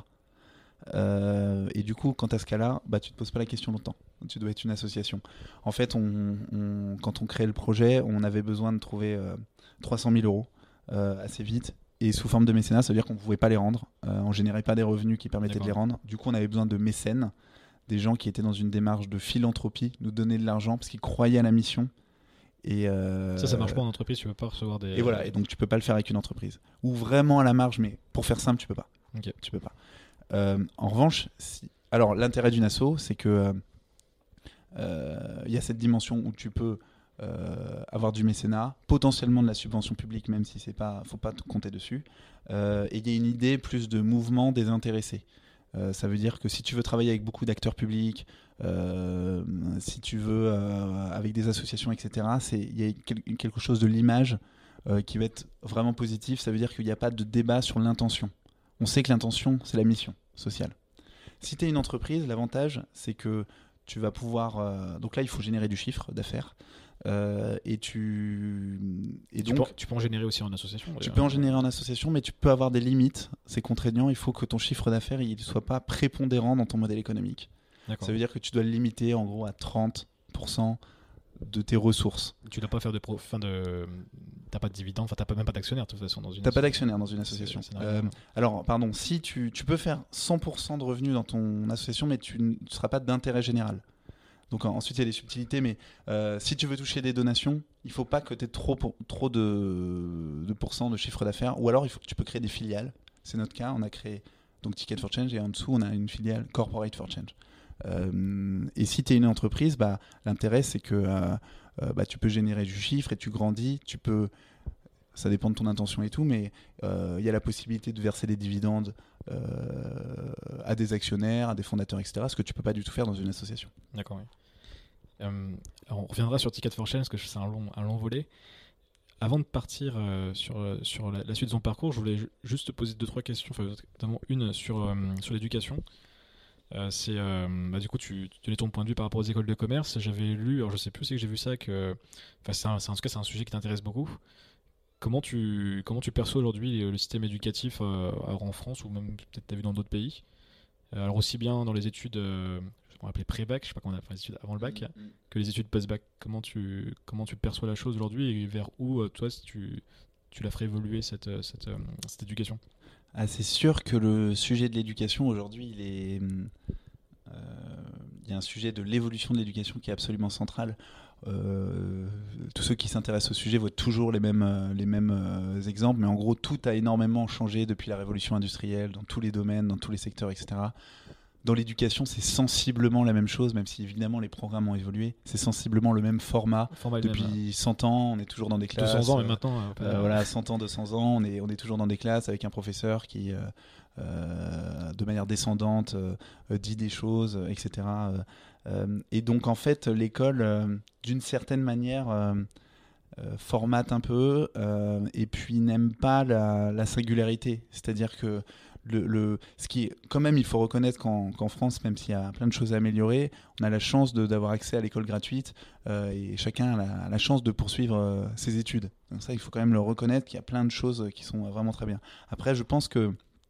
Euh, et du coup, quand à ce cas-là, bah, tu te poses pas la question longtemps. Tu dois être une association. En fait, on, on, quand on créait le projet, on avait besoin de trouver euh, trois cent mille euros euh, assez vite. Et sous forme de mécénat, ça veut dire qu'on ne pouvait pas les rendre. Euh, on ne générait pas des revenus qui permettaient D'accord. de les rendre. Du coup, on avait besoin de mécènes, des gens qui étaient dans une démarche de philanthropie, nous donner de l'argent parce qu'ils croyaient à la mission. Et euh, ça, ça marche pas en entreprise, tu peux pas recevoir des... Et voilà, et donc tu peux pas le faire avec une entreprise. Ou vraiment à la marge, mais pour faire simple, tu peux pas. Okay. Tu peux pas. Euh, en revanche, si... alors l'intérêt d'une asso, c'est que il euh, y a cette dimension où tu peux euh, avoir du mécénat, potentiellement de la subvention publique, même si c'est pas, faut pas compter dessus. Euh, et il y a une idée plus de mouvement désintéressé. Euh, ça veut dire que si tu veux travailler avec beaucoup d'acteurs publics, euh, si tu veux euh, avec des associations, et cetera, il y a quel, quelque chose de l'image euh, qui va être vraiment positif. Ça veut dire qu'il n'y a pas de débat sur l'intention. On sait que l'intention, c'est la mission sociale. Si tu es une entreprise, l'avantage, c'est que tu vas pouvoir... Euh, donc là, il faut générer du chiffre d'affaires. Euh, et tu... Et tu, donc, peux, tu peux en générer aussi en association. Tu peux en générer en association, mais tu peux avoir des limites. C'est contraignant. Il faut que ton chiffre d'affaires ne soit pas prépondérant dans ton modèle économique. D'accord. Ça veut dire que tu dois le limiter en gros à trente pour cent de tes ressources. Tu dois pas faire de... Pro... Enfin de... T'as pas de dividende, enfin t'as pas, même pas d'actionnaire de toute façon dans une T'as pas d'actionnaire dans une association. C'est, c'est euh, alors pardon, si tu, tu peux faire cent pour cent de revenus dans ton association, mais tu ne seras pas d'intérêt général. Donc ensuite il y a des subtilités, mais euh, si tu veux toucher des donations, il faut pas que tu aies trop, pour, trop de, de pourcents de chiffre d'affaires, ou alors il faut que tu peux créer des filiales. C'est notre cas, on a créé donc Ticket for Change et en dessous on a une filiale Corporate for Change. Euh, et si tu es une entreprise, bah, l'intérêt c'est que euh, euh, bah, tu peux générer du chiffre et tu grandis, tu peux, ça dépend de ton intention et tout, mais il euh, y a la possibilité de verser des dividendes euh, à des actionnaires, à des fondateurs, et cetera, ce que tu peux pas du tout faire dans une association. D'accord, oui. Euh, alors on reviendra sur Ticket for Change parce que c'est un long, un long volet. Avant de partir euh, sur, sur la, la suite de son parcours, je voulais juste te poser deux, trois questions, enfin, notamment une sur, euh, sur l'éducation. Euh, c'est euh, bah, du coup tu, tu donnais ton point de vue par rapport aux écoles de commerce. J'avais lu, alors je sais plus si c'est que j'ai vu ça, que enfin c'est, un, c'est en tout cas c'est un sujet qui t'intéresse beaucoup. Comment tu comment tu perçois aujourd'hui le, le système éducatif euh, en France ou même peut-être t'as vu dans d'autres pays, euh, alors aussi bien dans les études euh, on appelait pré-bac, je sais pas comment on appelle les études avant le bac, mmh. que les études post-bac. Comment tu comment tu perçois la chose aujourd'hui et vers où euh, toi si tu tu la ferais évoluer cette cette, euh, cette éducation? Ah, c'est sûr que le sujet de l'éducation aujourd'hui, il est, euh, il y a un sujet de l'évolution de l'éducation qui est absolument central. Euh, tous ceux qui s'intéressent au sujet voient toujours les mêmes, euh, les mêmes euh, exemples, mais en gros, tout a énormément changé depuis la révolution industrielle, dans tous les domaines, dans tous les secteurs, et cetera. Dans l'éducation, c'est sensiblement la même chose, même si évidemment les programmes ont évolué. C'est sensiblement le même format. format Depuis même, cent ans, on est toujours dans des classes. deux cents ans, mais maintenant. Euh, euh, voilà, cent ans, deux cents ans, on est, on est toujours dans des classes avec un professeur qui, euh, euh, de manière descendante, euh, dit des choses, et cetera. Euh, et donc, en fait, l'école, euh, d'une certaine manière, euh, euh, formate un peu, euh, et puis n'aime pas la, la singularité. C'est-à-dire que Le, le, ce qui est, quand même, il faut reconnaître qu'en, qu'en France, même s'il y a plein de choses à améliorer, on a la chance de, d'avoir accès à l'école gratuite euh, et chacun a la, a la chance de poursuivre euh, ses études. Donc ça, il faut quand même le reconnaître qu'il y a plein de choses qui sont vraiment très bien. Après, je pense que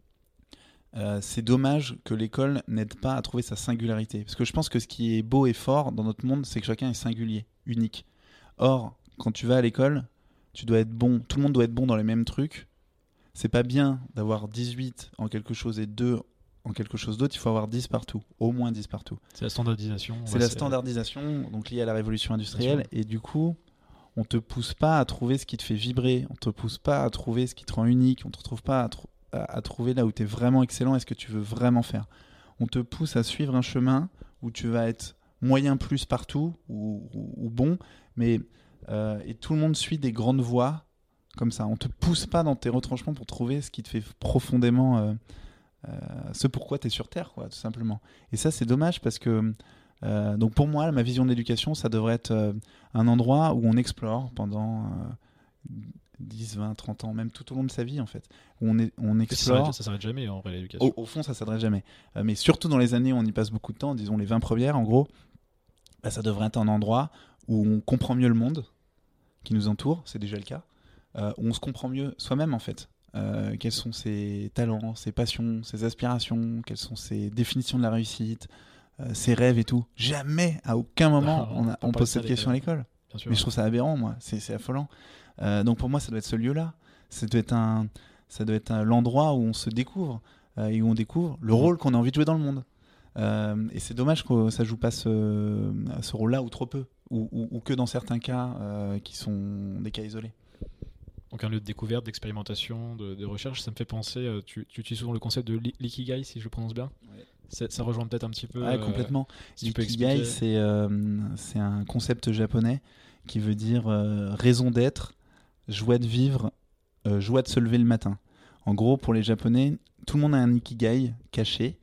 euh, c'est dommage que l'école n'aide pas à trouver sa singularité. Parce que je pense que ce qui est beau et fort dans notre monde, c'est que chacun est singulier, unique. Or, quand tu vas à l'école, tu dois être bon. Tout le monde doit être bon dans les mêmes trucs. C'est pas bien d'avoir dix-huit en quelque chose et deux en quelque chose d'autre, il faut avoir dix partout, au moins dix partout. C'est la standardisation. C'est ouais, la c'est... standardisation, donc liée à la révolution industrielle, et du coup, on te pousse pas à trouver ce qui te fait vibrer, on te pousse pas à trouver ce qui te rend unique, on te retrouve pas à, tr- à, à trouver là où tu es vraiment excellent et ce que tu veux vraiment faire. On te pousse à suivre un chemin où tu vas être moyen plus partout, ou, ou, ou bon, mais euh, et tout le monde suit des grandes voies. Comme ça, on te pousse pas dans tes retranchements pour trouver ce qui te fait profondément euh, euh, ce pourquoi tu es sur Terre, quoi, tout simplement. Et ça, c'est dommage parce que euh, donc pour moi, ma vision de l'éducation, ça devrait être euh, un endroit où on explore pendant euh, dix, vingt, trente ans, même tout au long de sa vie en fait. Où on, est, on explore. Ça s'arrête, ça s'arrête jamais en vrai, l'éducation. Au, au fond, ça s'arrête jamais. Euh, mais surtout dans les années où on y passe beaucoup de temps, disons les vingt premières en gros, bah, ça devrait être un endroit où on comprend mieux le monde qui nous entoure, c'est déjà le cas. Euh, où on se comprend mieux soi-même en fait. Euh, quels sont ses talents, ses passions, ses aspirations, quelles sont ses définitions de la réussite, euh, ses rêves et tout. Jamais, à aucun moment, on, a, on pose cette question à l'école. Bien sûr. Mais je trouve ça aberrant, moi. C'est, c'est affolant. Euh, donc pour moi, ça doit être ce lieu-là. Ça doit être, un, ça doit être un, l'endroit où on se découvre euh, et où on découvre le rôle qu'on a envie de jouer dans le monde. Euh, et c'est dommage que ça joue pas ce, ce rôle-là ou trop peu, ou, ou, ou que dans certains cas euh, qui sont des cas isolés. Donc un lieu de découverte, d'expérimentation, de, de recherche, ça me fait penser, euh, tu, tu utilises souvent le concept de l'ikigai, si je le prononce bien. Ouais. Ça rejoint peut-être un petit peu. Ouais, complètement. Euh, si l'ikigai, c'est, euh, c'est un concept japonais qui veut dire euh, raison d'être, joie de vivre, euh, joie de se lever le matin. En gros, pour les Japonais, tout le monde a un ikigai caché.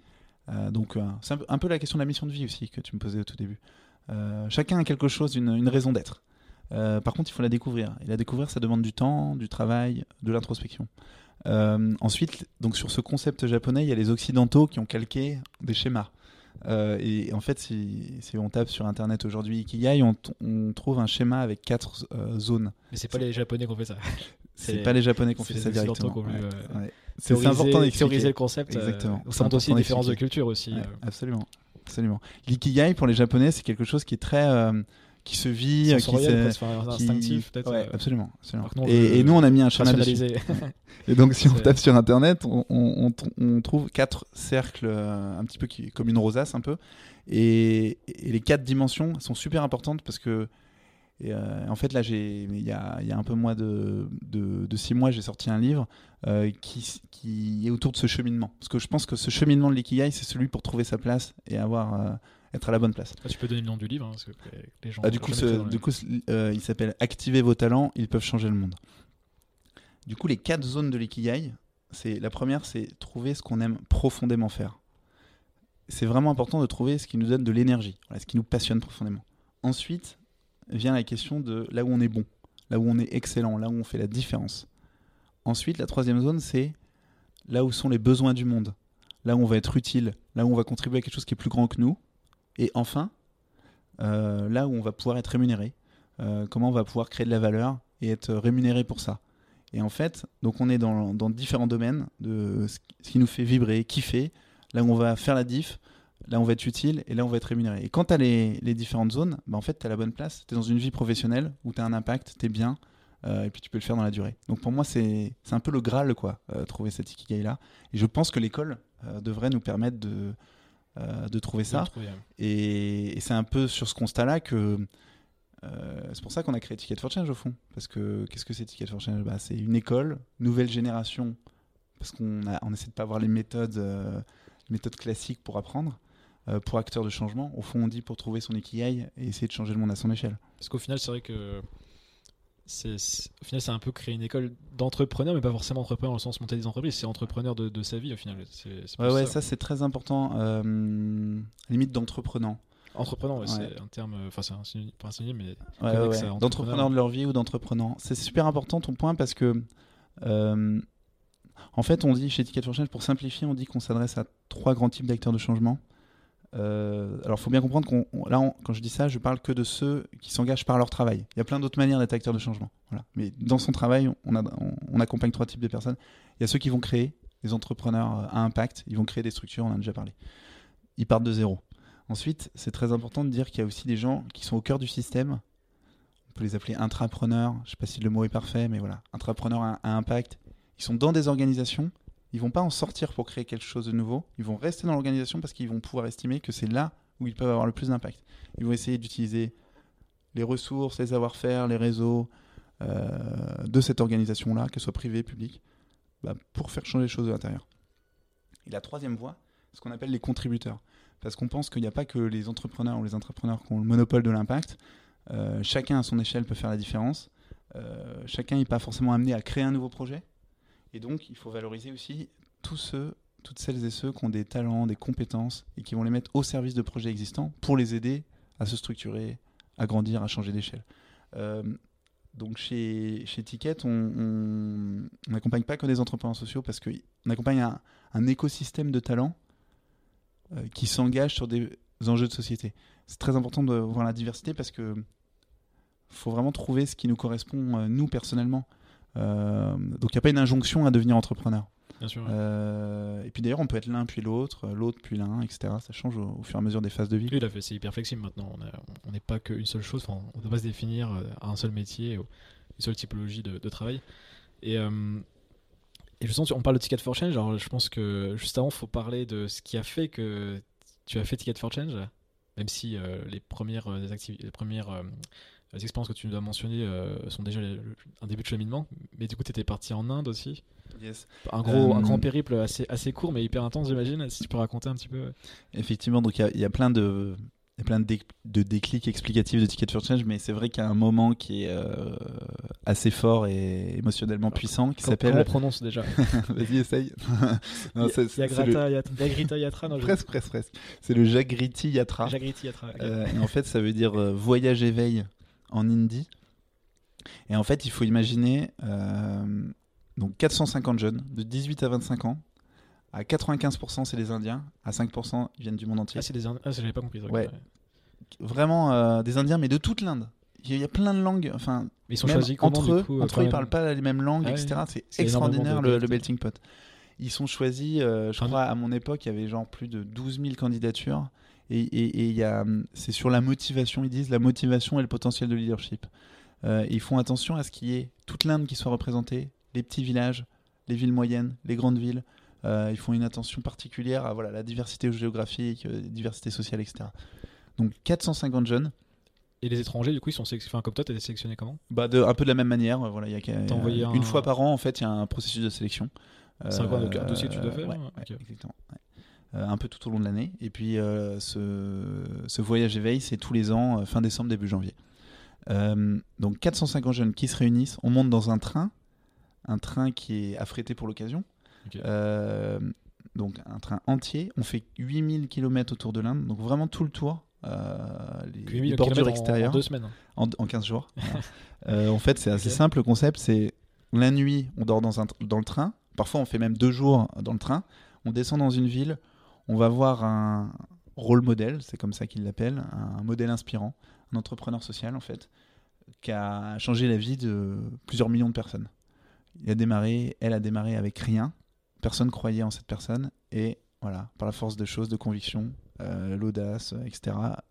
Euh, donc, euh, c'est un peu, un peu la question de la mission de vie aussi que tu me posais au tout début. Euh, chacun a quelque chose, une, une raison d'être. Euh, par contre, il faut la découvrir. Et la découvrir, ça demande du temps, du travail, de l'introspection. Euh, ensuite, donc sur ce concept japonais, il y a les occidentaux qui ont calqué des schémas. Euh, et en fait, si, si on tape sur internet aujourd'hui Ikigai, on, t- on trouve un schéma avec quatre euh, zones. Mais c'est pas les Japonais qui ont fait ça. C'est, c'est pas les Japonais qui ont fait ça directement. Qui ont voulu, ouais, euh, ouais. C'est, c'est important d'expliquer. Théoriser le concept. Exactement. Euh, ça montre aussi une différence de culture aussi. Ouais, euh. Absolument, absolument. L'ikigai pour les Japonais, c'est quelque chose qui est très euh, qui se vit, qui c'est instinctif, peut-être. Ouais, euh... absolument, absolument. Non, et, et nous, on a mis un schéma dessus. Et donc, si on tape sur internet, on, on, on, on trouve quatre cercles, euh, un petit peu qui, comme une rosace, un peu. Et, et les quatre dimensions sont super importantes parce que, et euh, en fait, là, j'ai, il y a, il y a un peu moins de, de, de six mois, j'ai sorti un livre euh, qui, qui est autour de ce cheminement. Parce que je pense que ce cheminement de l'ikigai, c'est celui pour trouver sa place et avoir. Euh, être à la bonne place. Ah, tu peux donner le nom du livre, hein, parce que les gens. Ah, du coup, ce, du coup euh, il s'appelle Activez vos talents, ils peuvent changer le monde. Du coup, les quatre zones de l'ikigai, c'est la première, c'est trouver ce qu'on aime profondément faire. C'est vraiment important de trouver ce qui nous donne de l'énergie, voilà, ce qui nous passionne profondément. Ensuite vient la question de là où on est bon, là où on est excellent, là où on fait la différence. Ensuite, la troisième zone, c'est là où sont les besoins du monde, là où on va être utile, là où on va contribuer à quelque chose qui est plus grand que nous. Et enfin, euh, là où on va pouvoir être rémunéré, euh, comment on va pouvoir créer de la valeur et être rémunéré pour ça. Et en fait, donc on est dans, dans différents domaines de ce qui nous fait vibrer, kiffer, là où on va faire la diff, là où on va être utile et là où on va être rémunéré. Et quand tu as les, les différentes zones, bah en fait, tu as la bonne place, tu es dans une vie professionnelle où tu as un impact, tu es bien, euh, et puis tu peux le faire dans la durée. Donc pour moi, c'est, c'est un peu le Graal, quoi, euh, trouver cet Ikigai-là. Et je pense que l'école euh, devrait nous permettre de... Euh, de trouver ça. De trouver, ouais. et, et c'est un peu sur ce constat-là que euh, c'est pour ça qu'on a créé Ticket for Change au fond. Parce que qu'est-ce que c'est Ticket for Change ? Bah, c'est une école, nouvelle génération, parce qu'on a, on essaie de pas avoir les méthodes, euh, les méthodes classiques pour apprendre, euh, pour acteurs de changement. Au fond, on dit pour trouver son Ikigai et essayer de changer le monde à son échelle. Parce qu'au final, c'est vrai que C'est, c'est, au final, c'est un peu créer une école d'entrepreneurs, mais pas forcément entrepreneur dans le sens monter des entreprises, c'est entrepreneur de, de sa vie au final. C'est, c'est ouais, ouais, ça. ça c'est très important. Euh, limite d'entreprenant. Entrepreneur, ouais, ouais. C'est un terme, enfin c'est un synonyme, pas un synonyme, mais ouais, ouais, ouais. D'entrepreneur de leur vie ou d'entreprenant. C'est super important ton point parce que, euh, en fait, on dit chez Ticket for Change, pour simplifier, on dit qu'on s'adresse à trois grands types d'acteurs de changement. Euh, alors, il faut bien comprendre qu'on, on, là, on, quand je dis ça, je parle que de ceux qui s'engagent par leur travail. Il y a plein d'autres manières d'être acteur de changement. Voilà. Mais dans son travail, on, a, on, on accompagne trois types de personnes. Il y a ceux qui vont créer, les entrepreneurs à impact, ils vont créer des structures, on en a déjà parlé. Ils partent de zéro. Ensuite, c'est très important de dire qu'il y a aussi des gens qui sont au cœur du système. On peut les appeler intrapreneurs. Je ne sais pas si le mot est parfait, mais voilà. Intrapreneurs à, à impact. Ils sont dans des organisations. Ils vont pas en sortir pour créer quelque chose de nouveau. Ils vont rester dans l'organisation parce qu'ils vont pouvoir estimer que c'est là où ils peuvent avoir le plus d'impact. Ils vont essayer d'utiliser les ressources, les savoir-faire, les réseaux euh, de cette organisation-là, qu'elle soit privée, publique, bah, pour faire changer les choses de l'intérieur. Et la troisième voie, c'est ce qu'on appelle les contributeurs. Parce qu'on pense qu'il n'y a pas que les entrepreneurs ou les intrapreneurs qui ont le monopole de l'impact. Euh, chacun à son échelle peut faire la différence. Euh, chacun n'est pas forcément amené à créer un nouveau projet. Et donc, il faut valoriser aussi tous ceux, toutes celles et ceux qui ont des talents, des compétences et qui vont les mettre au service de projets existants pour les aider à se structurer, à grandir, à changer d'échelle. Euh, donc, chez, chez Ticket, on n'accompagne pas que des entrepreneurs sociaux parce qu'on accompagne un, un écosystème de talents euh, qui s'engagent sur des enjeux de société. C'est très important de voir la diversité parce que faut vraiment trouver ce qui nous correspond, euh, nous, personnellement. Euh, donc il n'y a pas une injonction à devenir entrepreneur. Bien sûr, ouais. euh, et puis d'ailleurs on peut être l'un puis l'autre, l'autre puis l'un, et cetera. Ça change au, au fur et à mesure des phases de vie. Oui, là, c'est hyper flexible maintenant. On n'est pas qu'une seule chose. Enfin, on ne doit pas se définir à un seul métier, une seule typologie de, de travail. Et, euh, et justement, on parle de Ticket for Change. Alors je pense que juste avant, il faut parler de ce qui a fait que tu as fait Ticket for Change, même si euh, les premières euh, activités, les premières euh, les expériences que tu nous as mentionnées euh, sont déjà les, le, un début de cheminement, mais du coup tu étais parti en Inde aussi. Yes. Un, gros, euh... un grand périple assez, assez court mais hyper intense, j'imagine, si tu peux raconter un petit peu. Effectivement, donc il y, y a plein de, il y a plein de, dé- de déclics explicatifs de Ticket for Change, mais c'est vrai qu'il y a un moment qui est euh, assez fort et émotionnellement Alors, puissant qui Com- s'appelle. Comment on prononce déjà? Vas-y, essaye. Non, c'est- c'est- c'est Yagrata, le- Yat- Yagrita Yatra, non, je- Presque, presque, presque. C'est le Jagriti Yatra. Jagriti Yatra. ok. Euh, et en fait, ça veut dire euh, voyage éveil en hindi. Et en fait, il faut imaginer euh, donc quatre cent cinquante jeunes de dix-huit à vingt-cinq ans. À quatre-vingt-quinze pour cent, c'est des Indiens. À cinq pour cent, ils viennent du monde entier. Ah, c'est des Indes. Ah, ça, j'avais pas compris. ça, ok, Ouais. Vraiment euh, des Indiens, mais de toute l'Inde. Il y a plein de langues. Enfin, Mais ils sont même choisis comment, entre du eux, coup, entre quand eux, ils même parlent pas les mêmes langues, Ah ouais, et cetera. C'est c'est énormément extraordinaire de le, le dialectes. melting pot. Ils sont choisis, euh, je Enfin, crois, à mon époque, il y avait genre plus de douze mille candidatures. Et et- et il y a, hum, c'est sur la motivation, ils disent la motivation et le potentiel de leadership. Euh, ils font attention à ce qu'il y ait toute l'Inde qui soit représentée, les petits villages, les villes moyennes, les grandes villes. Euh, ils font une attention particulière à voilà, la diversité géographique, euh, diversité sociale, et cetera. Donc quatre cent cinquante jeunes. Et les étrangers, du coup, ils sont sélectionnés. Enfin, comme toi, t'es sélectionné comment? Bah de, un peu de la même manière. euh, Voilà, il y a qu'à- T'as envoyé euh, un- une fois par an, en fait, il y a un processus de sélection. C'est quoi, donc, un Euh, dossier que tu dois faire, ouais, hein ouais, Ok. exactement. ouais. Euh, un peu tout au long de l'année. Et puis, euh, ce, ce voyage éveil, c'est tous les ans, euh, fin décembre, début janvier. Euh, donc, quatre cent cinquante jeunes qui se réunissent. On monte dans un train, un train qui est affrété pour l'occasion. Ok. Euh, donc, un train entier. On fait huit mille kilomètres autour de l'Inde. Donc, vraiment tout le tour. Euh, les, Puis, les mille bordures kilomètres en- extérieures. En deux semaines. En, en quinze jours. Voilà. Euh, en fait, c'est assez Ok. simple le concept. C'est la nuit, on dort dans, un, tr- dans le train. Parfois, on fait même deux jours dans le train. On descend dans une ville. On va voir un rôle modèle, c'est comme ça qu'ils l'appellent, un modèle inspirant, un entrepreneur social en fait, qui a changé la vie de plusieurs millions de personnes. Il a démarré, elle a démarré avec rien. Personne croyait en cette personne. Et voilà, par la force de choses, de conviction, euh, l'audace, euh, et cetera,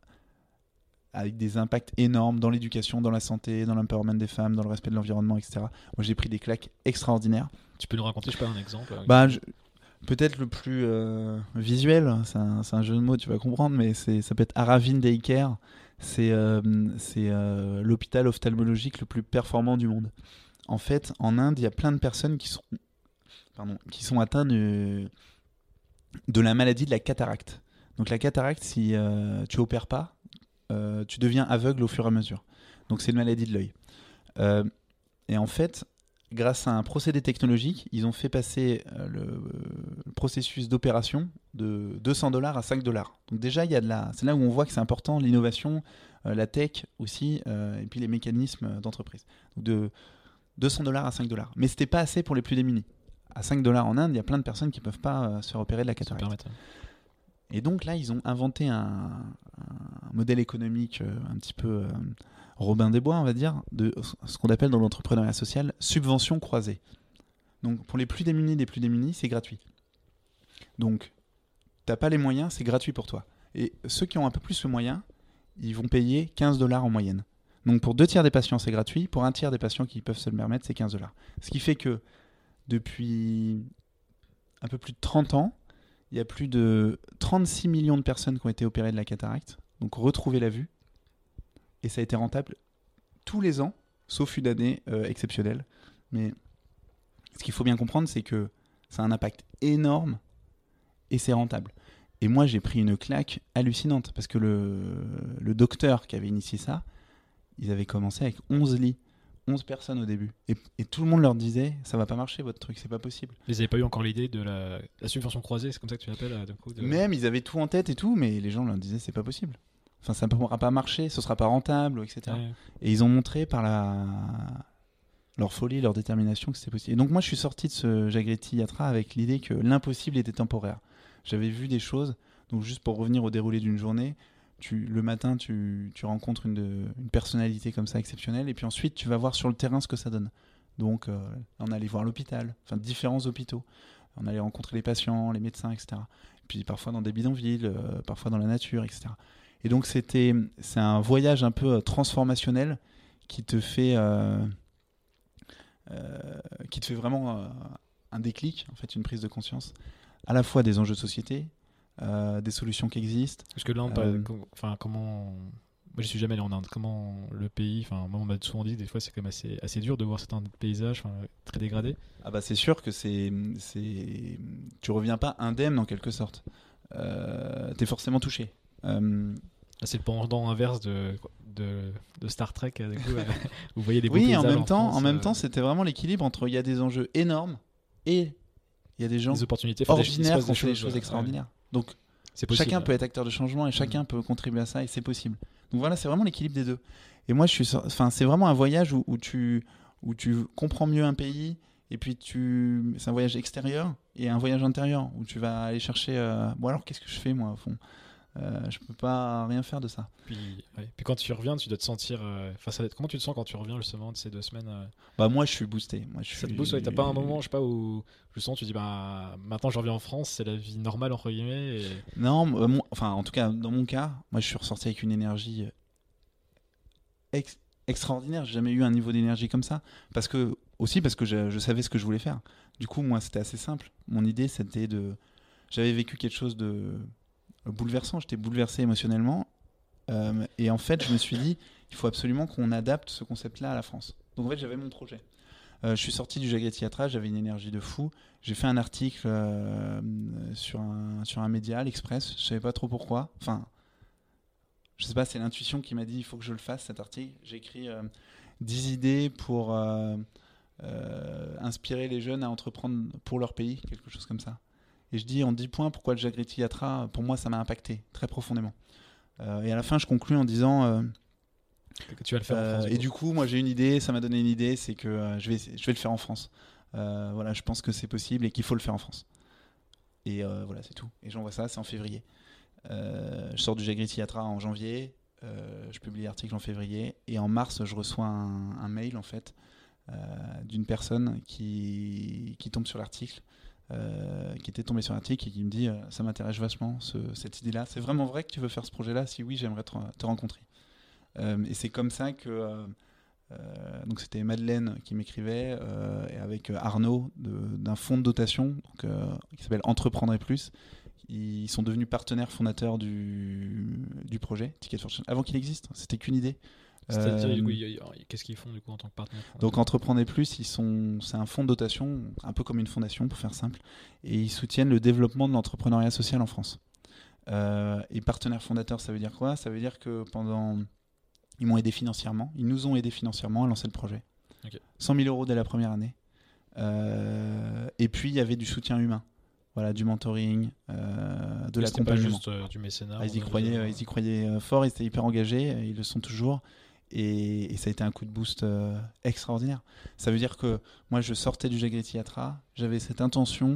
avec des impacts énormes dans l'éducation, dans la santé, dans l'empowerment des femmes, dans le respect de l'environnement, et cetera. Moi, j'ai pris des claques extraordinaires. Tu peux nous raconter, je sais pas, un exemple euh, Bah, je- peut-être le plus euh, visuel, c'est un, c'est un jeu de mots, tu vas comprendre, mais c'est, ça peut être Aravind Daycare. C'est, euh, c'est euh, l'hôpital ophtalmologique le plus performant du monde. En fait, en Inde, il y a plein de personnes qui sont, pardon, qui sont atteintes de, de la maladie de la cataracte. Donc la cataracte, si euh, tu opères pas, euh, tu deviens aveugle au fur et à mesure. Donc c'est une maladie de l'œil. Euh, et en fait, grâce à un procédé technologique, ils ont fait passer euh, le, le processus d'opération de deux cents dollars à cinq dollars. Donc déjà, il y a de la, c'est là où on voit que c'est important, l'innovation, euh, la tech aussi, euh, et puis les mécanismes d'entreprise. Donc de deux cents dollars à cinq dollars. Mais c'était pas assez pour les plus démunis. À cinq dollars en Inde, il y a plein de personnes qui peuvent pas euh, se faire opérer de la ça cataracte. permettre. Et donc là, ils ont inventé un, un modèle économique euh, un petit peu euh, Robin des Bois, on va dire, de ce qu'on appelle dans l'entrepreneuriat social subvention croisée. Donc pour les plus démunis des plus démunis, c'est gratuit. Donc t'as pas les moyens, c'est gratuit pour toi. Et ceux qui ont un peu plus le moyen, ils vont payer quinze dollars en moyenne. Donc pour deux tiers des patients, c'est gratuit. Pour un tiers des patients qui peuvent se le permettre, c'est quinze dollars. Ce qui fait que depuis un peu plus de trente ans, il y a plus de trente-six millions de personnes qui ont été opérées de la cataracte, donc retrouver la vue. Et ça a été rentable tous les ans, sauf une année euh, exceptionnelle. Mais ce qu'il faut bien comprendre, c'est que ça a un impact énorme et c'est rentable. Et moi, j'ai pris une claque hallucinante parce que le, le docteur qui avait initié ça, ils avaient commencé avec onze lits, onze personnes au début. Et, et tout le monde leur disait, ça va pas marcher votre truc, c'est pas possible. Ils n'avaient pas eu encore l'idée de la, la subvention croisée, c'est comme ça que tu l'appelles euh, du coup, de... Même, ils avaient tout en tête et tout, mais les gens leur disaient, c'est pas possible. Enfin, ça ne pourra pas marcher, ce sera pas rentable, et cetera. Ouais. Et ils ont montré par la... leur folie, leur détermination que c'était possible. Et donc moi, je suis sorti de ce Jagriti Yatra avec l'idée que l'impossible était temporaire. J'avais vu des choses, donc juste pour revenir au déroulé d'une journée, tu, le matin, tu, tu rencontres une, de, une personnalité comme ça exceptionnelle, et puis ensuite, tu vas voir sur le terrain ce que ça donne. Donc, euh, on allait voir l'hôpital, enfin différents hôpitaux. On allait rencontrer les patients, les médecins, et cetera. Et puis parfois dans des bidonvilles, euh, parfois dans la nature, et cetera. Et donc, c'était, c'est un voyage un peu euh, transformationnel qui te fait, euh, euh, qui te fait vraiment euh, un déclic, en fait, une prise de conscience, à la fois des enjeux de société, euh, des solutions qui existent. Parce que l'Inde, Euh, pas- enfin, comment... Moi, je suis jamais allé en Inde. Comment le pays... Enfin, moi, on m'a souvent dit, des fois, c'est quand même assez, assez dur de voir certains paysages enfin, très dégradés. Ah bah c'est sûr que c'est, c'est, tu reviens pas indemne en quelque sorte. Euh, t'es forcément touché. Euh, Là, c'est le pendant inverse de, de, de Star Trek. Du coup, euh, vous voyez des beaux Oui, paysages en même en temps, France, en même euh, temps, c'était vraiment l'équilibre entre il y a des enjeux énormes et il y a des gens des opportunités, enfin, des- il se ordinaires passe qui ont des fait des choses, choses ouais. extraordinaires. Donc C'est possible. chacun peut être acteur de changement et chacun peut contribuer à ça et c'est possible. Donc voilà, c'est vraiment l'équilibre des deux. Et moi, je suis, sur- enfin, c'est vraiment un voyage où, où tu, où tu comprends mieux un pays et puis tu, c'est un voyage extérieur et un voyage intérieur où tu vas aller chercher. euh, Bon alors, qu'est-ce que je fais moi au fond euh, Je peux pas rien faire de ça. Puis, ouais. Puis quand tu reviens, tu dois te sentir. euh, Enfin, ça va être- comment tu te sens quand tu reviens justement de ces deux semaines euh, Bah moi, je suis boosté. Moi, je Ça te suis- booste, ouais, t'as pas un moment, je sais pas, où justement tu dis bah maintenant je reviens en France, c'est la vie normale entre guillemets. Et... Non, euh, mon- enfin en tout cas dans mon cas, moi je suis ressorti avec une énergie ex- extraordinaire. J'ai jamais eu un niveau d'énergie comme ça. Parce que aussi parce que je, je savais ce que je voulais faire. Du coup, moi c'était assez simple. Mon idée c'était de, j'avais vécu quelque chose de bouleversant. J'étais bouleversé émotionnellement. Euh, et en fait, je me suis dit, il faut absolument qu'on adapte ce concept-là à la France. Donc en fait, j'avais mon projet. Euh, je suis sorti du Jagretti Yatra, j'avais une énergie de fou. J'ai fait un article euh, sur, un, sur un média, l'Express. Je savais pas trop pourquoi. Enfin, je sais pas, c'est l'intuition qui m'a dit il faut que je le fasse cet article. J'ai écrit euh, dix idées pour euh, euh, inspirer les jeunes à entreprendre pour leur pays, quelque chose comme ça. Et je dis en dix points pourquoi le Jagretti Yatra, pour moi, ça m'a impacté très profondément. Euh, et à la fin, je conclus en disant. Euh, Que tu vas le faire en Euh, France. et du coup, moi j'ai une idée, ça m'a donné une idée, c'est que euh, je, vais, je vais le faire en France. Euh, voilà, je pense que c'est possible et qu'il faut le faire en France. Et euh, voilà, c'est tout. Et j'envoie ça, c'est en février. Euh, je sors du Jagretti Yatra en janvier, euh, je publie l'article en février, et en mars, je reçois un, un mail en fait euh, d'une personne qui, qui tombe sur l'article, euh, qui était tombée sur l'article et qui me dit euh, ça m'intéresse vachement ce, cette idée-là. C'est vraiment vrai que tu veux faire ce projet-là? Si oui, j'aimerais te, te rencontrer. Euh, et c'est comme ça que euh, euh, donc c'était Madeleine qui m'écrivait euh, et avec Arnaud de, d'un fonds de dotation donc, euh, qui s'appelle Entreprendre et Plus. Ils sont devenus partenaires fondateurs du, du projet Ticket for Change avant qu'il existe. C'était qu'une idée. C'est-à-dire, Euh, du coup, il y a- il y a- qu'est-ce qu'ils font du coup en tant que partenaire? donc Entreprendre et Plus, ils sont, c'est un fonds de dotation, un peu comme une fondation pour faire simple, et ils soutiennent le développement de l'entrepreneuriat social en France. Euh, et partenaire fondateur, ça veut dire quoi? Ça veut dire que pendant Ils m'ont aidé financièrement. Ils nous ont aidé financièrement à lancer le projet. Okay. cent mille euros dès la première année. Euh, et puis, il y avait du soutien humain. Voilà, du mentoring, euh, de Mais c'était pas l'accompagnement. juste euh, du mécénat. Ah, ils, y on a croyaient, juste, euh, euh, ils y croyaient euh, fort, ils étaient hyper engagés, et ils le sont toujours. Et, et ça a été un coup de boost euh, extraordinaire. Ça veut dire que moi, je sortais du Jagretti Yatra, j'avais cette intention.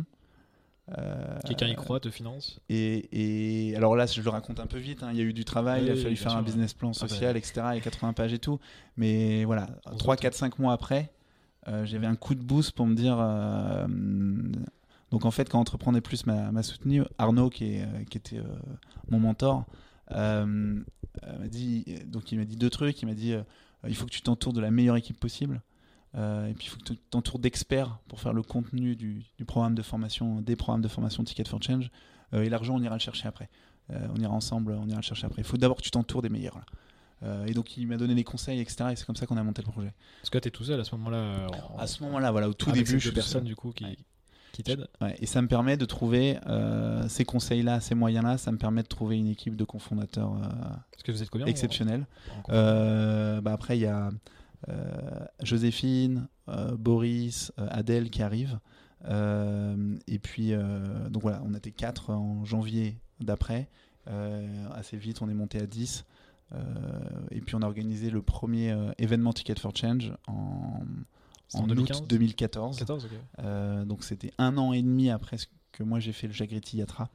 Euh, Quelqu'un y croit, te finance. Et, et alors là, je le raconte un peu vite, hein, il y a eu du travail, Oui, il a oui, fallu bien faire sûr, un ouais. business plan Ah bah. social, et cetera, et quatre-vingts pages et tout. Mais voilà, On trois, s'entend. quatre, cinq mois après, euh, j'avais un coup de boost pour me dire. euh, donc en fait, quand Entreprendre Plus m'a, m'a soutenu, Arnaud, qui, est, euh, qui était euh, mon mentor, euh, euh, m'a dit, donc il m'a dit deux trucs. Il m'a dit euh, il faut que tu t'entoures de la meilleure équipe possible. Euh, et puis il faut que tu t'entoures d'experts pour faire le contenu du, du programme de formation, des programmes de formation Ticket for Change. Euh, et l'argent, on ira le chercher après. Euh, on ira ensemble, on ira le chercher après. Il faut d'abord que tu t'entoures des meilleurs. Là. Euh, et donc il m'a donné des conseils, et cetera. Et c'est comme ça qu'on a monté le projet. Parce que t'es tout seul à ce moment-là. euh, en- À ce moment-là, voilà, au tout avec début, ces je suis deux tout personnes seul. du coup qui, Ouais. qui t'aident. Ouais, et ça me permet de trouver euh, ces conseils-là, ces moyens-là. Ça me permet de trouver une équipe de cofondateurs euh, Parce que vous êtes combien en- exceptionnelle. en- en- Euh, bah après, il y a euh, Joséphine, euh, Boris, euh, Adèle qui arrivent. Euh, et puis, euh, donc voilà, on était quatre en janvier d'après. Euh, assez vite, on est monté à dix. Euh, et puis, on a organisé le premier euh, événement Ticket for Change en, C'était en en deux mille quinze août deux mille quatorze. quatorze, ok. Euh, donc, c'était un an et demi après ce que moi j'ai fait le Jagretti Yatra.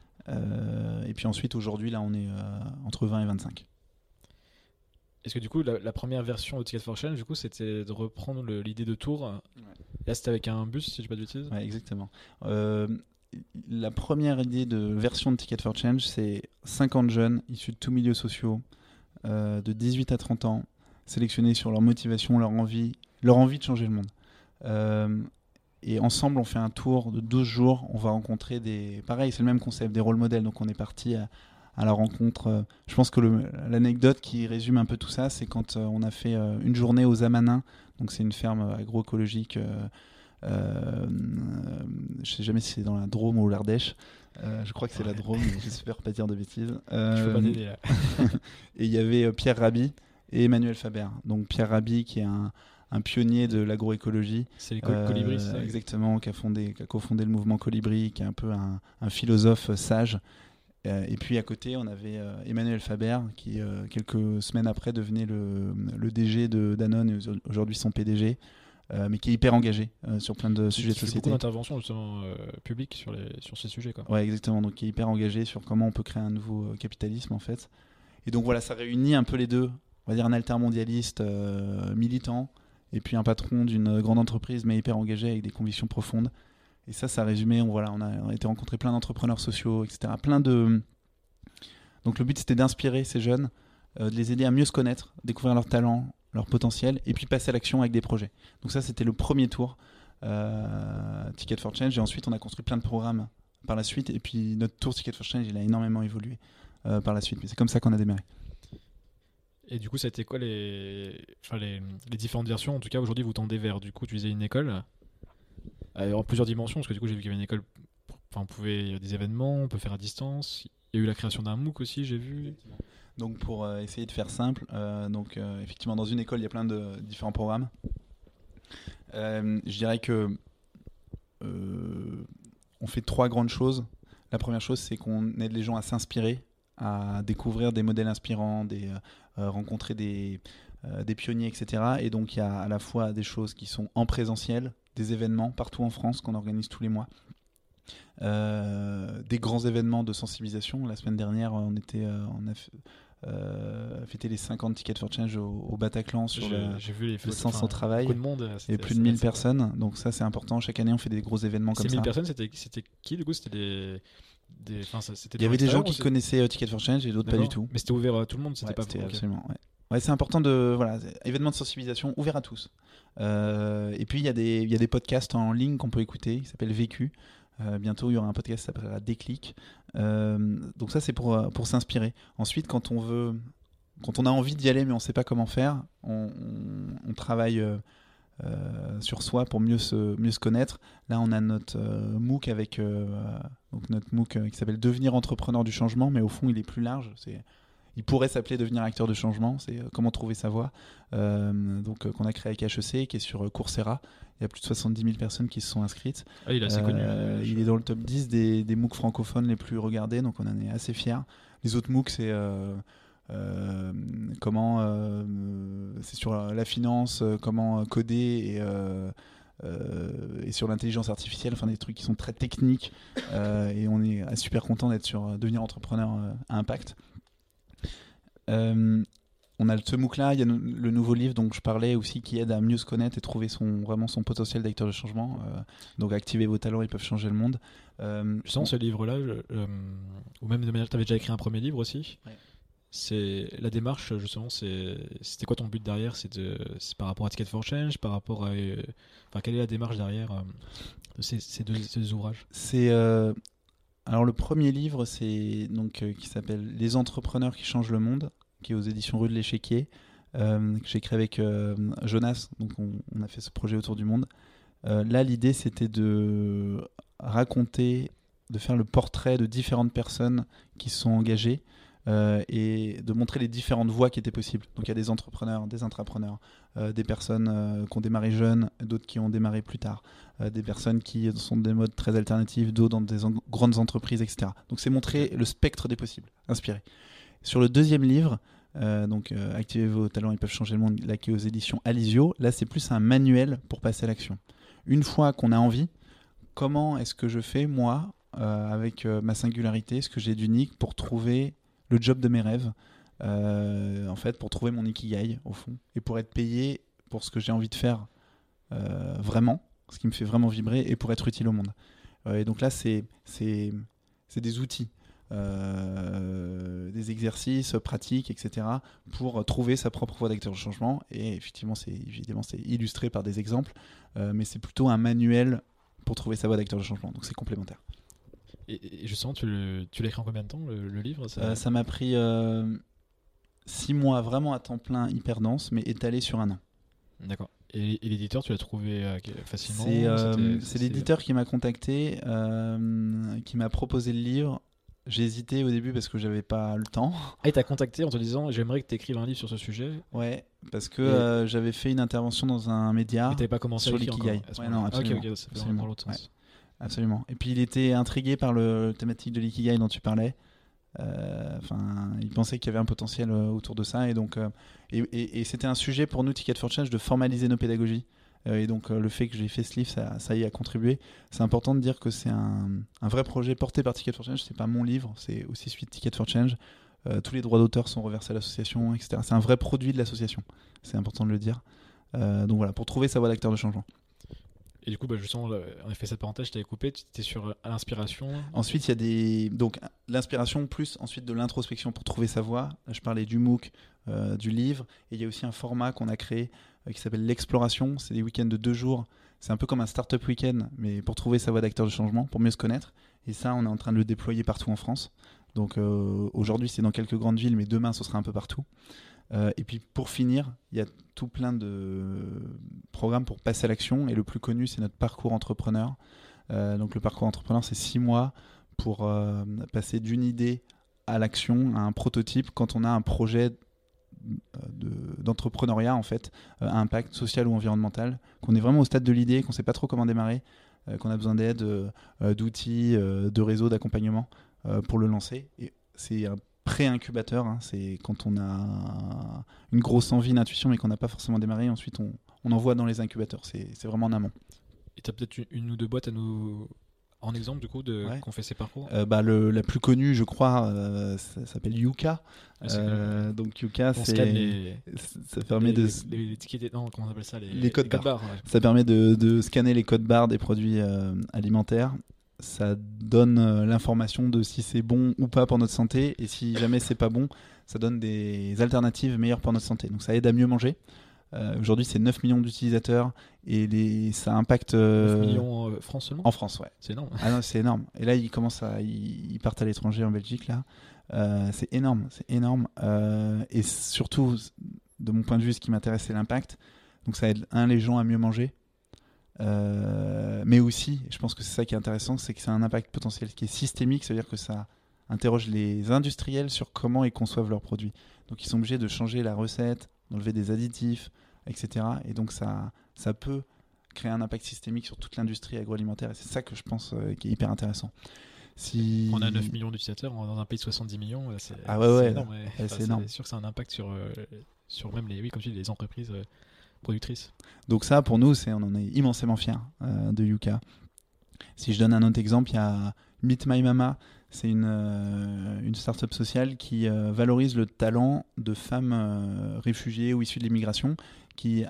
Euh, et puis ensuite, aujourd'hui, là, on est euh, entre vingt et vingt-cinq. Est-ce que du coup, la, la première version de Ticket for Change, du coup, c'était de reprendre le- l'idée de tour. Là, c'était avec un bus, si je dis pas de bêtises. Ouais, exactement. Euh, la première idée de version de Ticket for Change, c'est cinquante jeunes issus de tous milieux sociaux, euh, de dix-huit à trente ans, sélectionnés sur leur motivation, leur envie, leur envie de changer le monde. Euh, et ensemble, on fait un tour de douze jours. On va rencontrer des... Pareil, c'est le même concept, des rôles modèles. Donc on est parti à, à la rencontre. euh, Je pense que le- l'anecdote qui résume un peu tout ça, c'est quand euh, on a fait euh, une journée aux Amanins. Donc c'est une ferme agroécologique... Euh, Euh, euh, je sais jamais si c'est dans la Drôme ou l'Ardèche. Euh, Euh, je crois que c'est la Drôme, mais j'espère pas dire de bêtises. Euh, Je peux pas t'aider là. et il y avait euh, Pierre Rabhi et Emmanuel Faber. Donc Pierre Rabhi qui est un, un pionnier de l'agroécologie. C'est les col- euh, colibris, c'est ça? Exactement, qui a, fondé, qui a cofondé le mouvement Colibri, qui est un peu un, un philosophe sage. Euh, et puis à côté, on avait euh, Emmanuel Faber, qui euh, quelques semaines après devenait le, le D G de Danone et aujourd'hui son P D G. Euh, mais qui est hyper engagé euh, sur plein de sujets de société. Beaucoup d'interventions justement euh, publiques sur, les, sur ces sujets. Quoi. Ouais, exactement. Donc qui est hyper engagé sur comment on peut créer un nouveau euh, capitalisme en fait. Et donc voilà, ça réunit un peu les deux. On va dire un altermondialiste euh, militant et puis un patron d'une grande entreprise mais hyper engagé avec des convictions profondes. Et ça, ça résumait. On, voilà, on a, on a été rencontrer plein d'entrepreneurs sociaux, et cetera. Plein de. Donc le but c'était d'inspirer ces jeunes, euh, de les aider à mieux se connaître, découvrir leurs talents, leur potentiel, et puis passer à l'action avec des projets. Donc ça, c'était le premier tour, euh, Ticket for Change, et ensuite on a construit plein de programmes par la suite, et puis notre tour Ticket for Change, il a énormément évolué euh, par la suite, mais c'est comme ça qu'on a démarré. Et du coup, ça a été quoi les, enfin, les, les différentes versions? En tout cas, aujourd'hui, vous tendez vers, du coup, tu disais une école, euh, en plusieurs dimensions, parce que du coup, j'ai vu qu'il y avait une école, enfin, on pouvait, il y a des événements, on peut faire à distance, il y a eu la création d'un MOOC aussi, j'ai vu. Donc pour euh, essayer de faire simple, euh, donc euh, effectivement dans une école il y a plein de différents programmes. Euh, je dirais que euh, on fait trois grandes choses. La première chose c'est qu'on aide les gens à s'inspirer, à découvrir des modèles inspirants, des, euh, rencontrer des, euh, des pionniers, et cetera. Et donc il y a à la fois des choses qui sont en présentiel, des événements partout en France qu'on organise tous les mois. Euh, des grands événements de sensibilisation. La semaine dernière, on était, euh, on a f- euh, fêté les cinquante Tickets for Change au, au Bataclan sur j'ai, le, j'ai vu les le photos, sens enfin, au travail. Beaucoup de monde. Et plus de mille personnes. Donc ça, c'est important. Chaque année, on fait des gros événements comme Ces mille ça. personnes, c'était, c'était qui du coup? C'était des, des, enfin, ça, c'était Il y avait des gens qui c'est... connaissaient euh, Ticket for Change et d'autres D'accord. pas du tout. Mais c'était ouvert à tout le monde, c'était Ouais, pas c'était pour... okay. absolument. Ouais. Ouais, c'est important de voilà, événement de sensibilisation ouvert à tous. Euh, et puis il y a des il y a des podcasts en ligne qu'on peut écouter. Qui s'appelle Vécu. Euh, bientôt, il y aura un podcast qui s'appellera Déclic. Euh, donc ça, c'est pour, pour s'inspirer. Ensuite, quand on veut, quand on a envie d'y aller, mais on ne sait pas comment faire, on, on, on travaille euh, euh, sur soi pour mieux se, mieux se connaître. Là, on a notre euh, MOOC avec euh, donc notre MOOC euh, qui s'appelle Devenir entrepreneur du changement, mais au fond, il est plus large. C'est Il pourrait s'appeler Devenir acteur de changement, c'est euh, comment trouver sa voie, euh, donc euh, qu'on a créé avec H E C, qui est sur euh, Coursera. Il y a plus de soixante-dix mille personnes qui se sont inscrites. Ah, il est assez euh, connu. Euh, il je... est dans le top dix des, des MOOC francophones les plus regardés, donc on en est assez fiers. Les autres MOOC, c'est euh, euh, comment, euh, c'est sur la finance, euh, comment coder et euh, Euh, et sur l'intelligence artificielle, enfin des trucs qui sont très techniques, euh, et on est euh, super content d'être sur euh, Devenir entrepreneur euh, à impact. Euh, on a ce MOOC là, il y a no- le nouveau livre dont je parlais aussi qui aide à mieux se connaître et trouver son, vraiment son potentiel d'acteur de changement. Euh, donc activez vos talents, ils peuvent changer le monde. Euh, Je sens ce livre-là, je- euh, ou même de manière, tu avais déjà écrit un premier livre aussi. Ouais. C'est la démarche justement. C'est c'était quoi ton but derrière? C'est de c'est par rapport à Ticket for Change, par rapport à euh, enfin quelle est la démarche derrière euh, de ces, ces, deux, ces deux ouvrages? C'est euh, alors le premier livre, c'est donc euh, qui s'appelle Les entrepreneurs qui changent le monde, qui est aux éditions Rue de l'Échiquier, euh, que j'ai écrit avec euh, Jonas. Donc on, on a fait ce projet autour du monde. Euh, là, l'idée, c'était de raconter, de faire le portrait de différentes personnes qui se sont engagées. Euh, et de montrer les différentes voies qui étaient possibles. Donc il y a des entrepreneurs, des intrapreneurs, euh, des personnes euh, qui ont démarré jeunes, d'autres qui ont démarré plus tard, euh, des personnes qui sont des modes très alternatifs, d'autres dans des en- grandes entreprises, et cetera. Donc c'est montrer le spectre des possibles, inspiré. Sur le deuxième livre, euh, donc euh, Activez vos talents, ils peuvent changer le monde, là qui est aux éditions Alizio, là c'est plus un manuel pour passer à l'action. Une fois qu'on a envie, comment est-ce que je fais moi, euh, avec euh, ma singularité, ce que j'ai d'unique pour trouver le job de mes rêves, euh, en fait, pour trouver mon ikigai, au fond, et pour être payé pour ce que j'ai envie de faire euh, vraiment, ce qui me fait vraiment vibrer, et pour être utile au monde. Euh, et donc là, c'est, c'est, c'est des outils, euh, des exercices pratiques, et cetera, pour trouver sa propre voie d'acteur de changement. Et effectivement, c'est, évidemment, c'est illustré par des exemples, euh, mais c'est plutôt un manuel pour trouver sa voie d'acteur de changement. Donc c'est complémentaire. Et, et justement, tu, le, tu l'as écrit en combien de temps le, le livre? Ça, Euh, ça m'a pris euh, six mois vraiment à temps plein, hyper dense, mais étalé sur un an. D'accord. Et, et l'éditeur, tu l'as trouvé euh, facilement C'est, euh, C'était- c'est l'éditeur qui m'a contacté, euh, qui m'a proposé le livre. J'ai hésité au début parce que j'avais pas le temps. Ah, il t'a contacté en te disant j'aimerais que tu écrives un livre sur ce sujet. Ouais, parce que Et- euh, j'avais fait une intervention dans un média. Mais t'avais pas commencé sur à écrire l'ikigai. encore à ce Ouais, moment-là. non, absolument. Ok, ok, ça fait Absolument. dans l'autre sens. Absolument. Et puis il était intrigué par le thématique de l'ikigai dont tu parlais. Euh, Enfin, il pensait qu'il y avait un potentiel euh, autour de ça, et donc euh, et, et- et c'était un sujet pour nous Ticket for Change de formaliser nos pédagogies. Euh, et donc euh, le fait que j'ai fait ce livre, ça, ça y a contribué. C'est important de dire que c'est un, un vrai projet porté par Ticket for Change. C'est pas mon livre, c'est aussi celui de Ticket for Change. Euh, tous les droits d'auteur sont reversés à l'association, et cetera. C'est un vrai produit de l'association. C'est important de le dire. Euh, donc voilà, pour trouver sa voie d'acteur de changement. Et du coup, bah, justement, là, on a fait cette parenthèse, je t'avais coupé, tu étais sur euh, l'inspiration. Ensuite, il y a des donc l'inspiration plus ensuite de l'introspection pour trouver sa voie. Là, je parlais du MOOC, euh, du livre, et il y a aussi un format qu'on a créé euh, qui s'appelle l'exploration. C'est des week-ends de deux jours. C'est un peu comme un startup week-end, mais pour trouver sa voie d'acteur de changement, pour mieux se connaître. Et ça, on est en train de le déployer partout en France. Donc euh, aujourd'hui, c'est dans quelques grandes villes, mais demain, ce sera un peu partout. Euh, et puis pour finir, il y a tout plein de programmes pour passer à l'action, et le plus connu, c'est notre parcours entrepreneur. Euh, donc le parcours entrepreneur, c'est six mois pour euh, passer d'une idée à l'action, à un prototype, quand on a un projet de, d'entrepreneuriat en fait, euh, à impact social ou environnemental, qu'on est vraiment au stade de l'idée, qu'on ne sait pas trop comment démarrer, euh, qu'on a besoin d'aide, euh, d'outils, euh, de réseaux, d'accompagnement euh, pour le lancer. Et c'est un pré-incubateur, hein, c'est quand on a une grosse envie, une intuition, mais qu'on n'a pas forcément démarré, ensuite on, on envoie dans les incubateurs, c'est, c'est vraiment en amont. Et tu as peut-être une, une ou deux boîtes à nous en exemple du coup de Ouais. qu'on fait ces parcours. Euh, bah, le, la plus connue, je crois, euh, ça s'appelle Yuka. Ah, c'est Euh, donc Yuka, On c'est, scanne les, ça permet les, de, les, les tickets, non, comment on appelle ça, les, Les codes barres. barres. Ouais. ça permet de, de scanner les codes barres des produits euh, alimentaires. Ça donne euh, l'information de si c'est bon ou pas pour notre santé, et si jamais c'est pas bon, ça donne des alternatives meilleures pour notre santé. Donc ça aide à mieux manger. Euh, aujourd'hui, c'est neuf millions d'utilisateurs, et les, ça impacte euh, neuf millions en France seulement. en France, ouais. C'est énorme. Ah non, c'est énorme. Et là, ils commencent à, ils, ils partent à l'étranger, en Belgique, là. Euh, c'est énorme, c'est énorme. Euh, et surtout, de mon point de vue, ce qui m'intéresse, c'est l'impact. Donc ça aide, un, les gens à mieux manger. Euh, mais aussi, je pense que c'est ça qui est intéressant, c'est que c'est un impact potentiel qui est systémique, c'est-à-dire que ça interroge les industriels sur comment ils conçoivent leurs produits. Donc ils sont obligés de changer la recette, d'enlever des additifs, et cetera. Et donc ça, ça peut créer un impact systémique sur toute l'industrie agroalimentaire, et c'est ça que je pense euh, qui est hyper intéressant. Si... On a neuf millions d'utilisateurs dans un pays de soixante-dix millions. C'est, Ah ouais, ouais, c'est énorme. Ouais. ouais, Enfin, c'est c'est énorme. sûr que c'est un impact sur, euh, sur même les, oui, comme tu dis, les entreprises euh, productrices. Donc ça, pour nous, c'est, on en est immensément fiers euh, de Yuka. Si je donne un autre exemple, il y a Meet My Mama. C'est une, euh, une start-up sociale qui euh, valorise le talent de femmes euh, réfugiées ou issues de l'immigration, qui,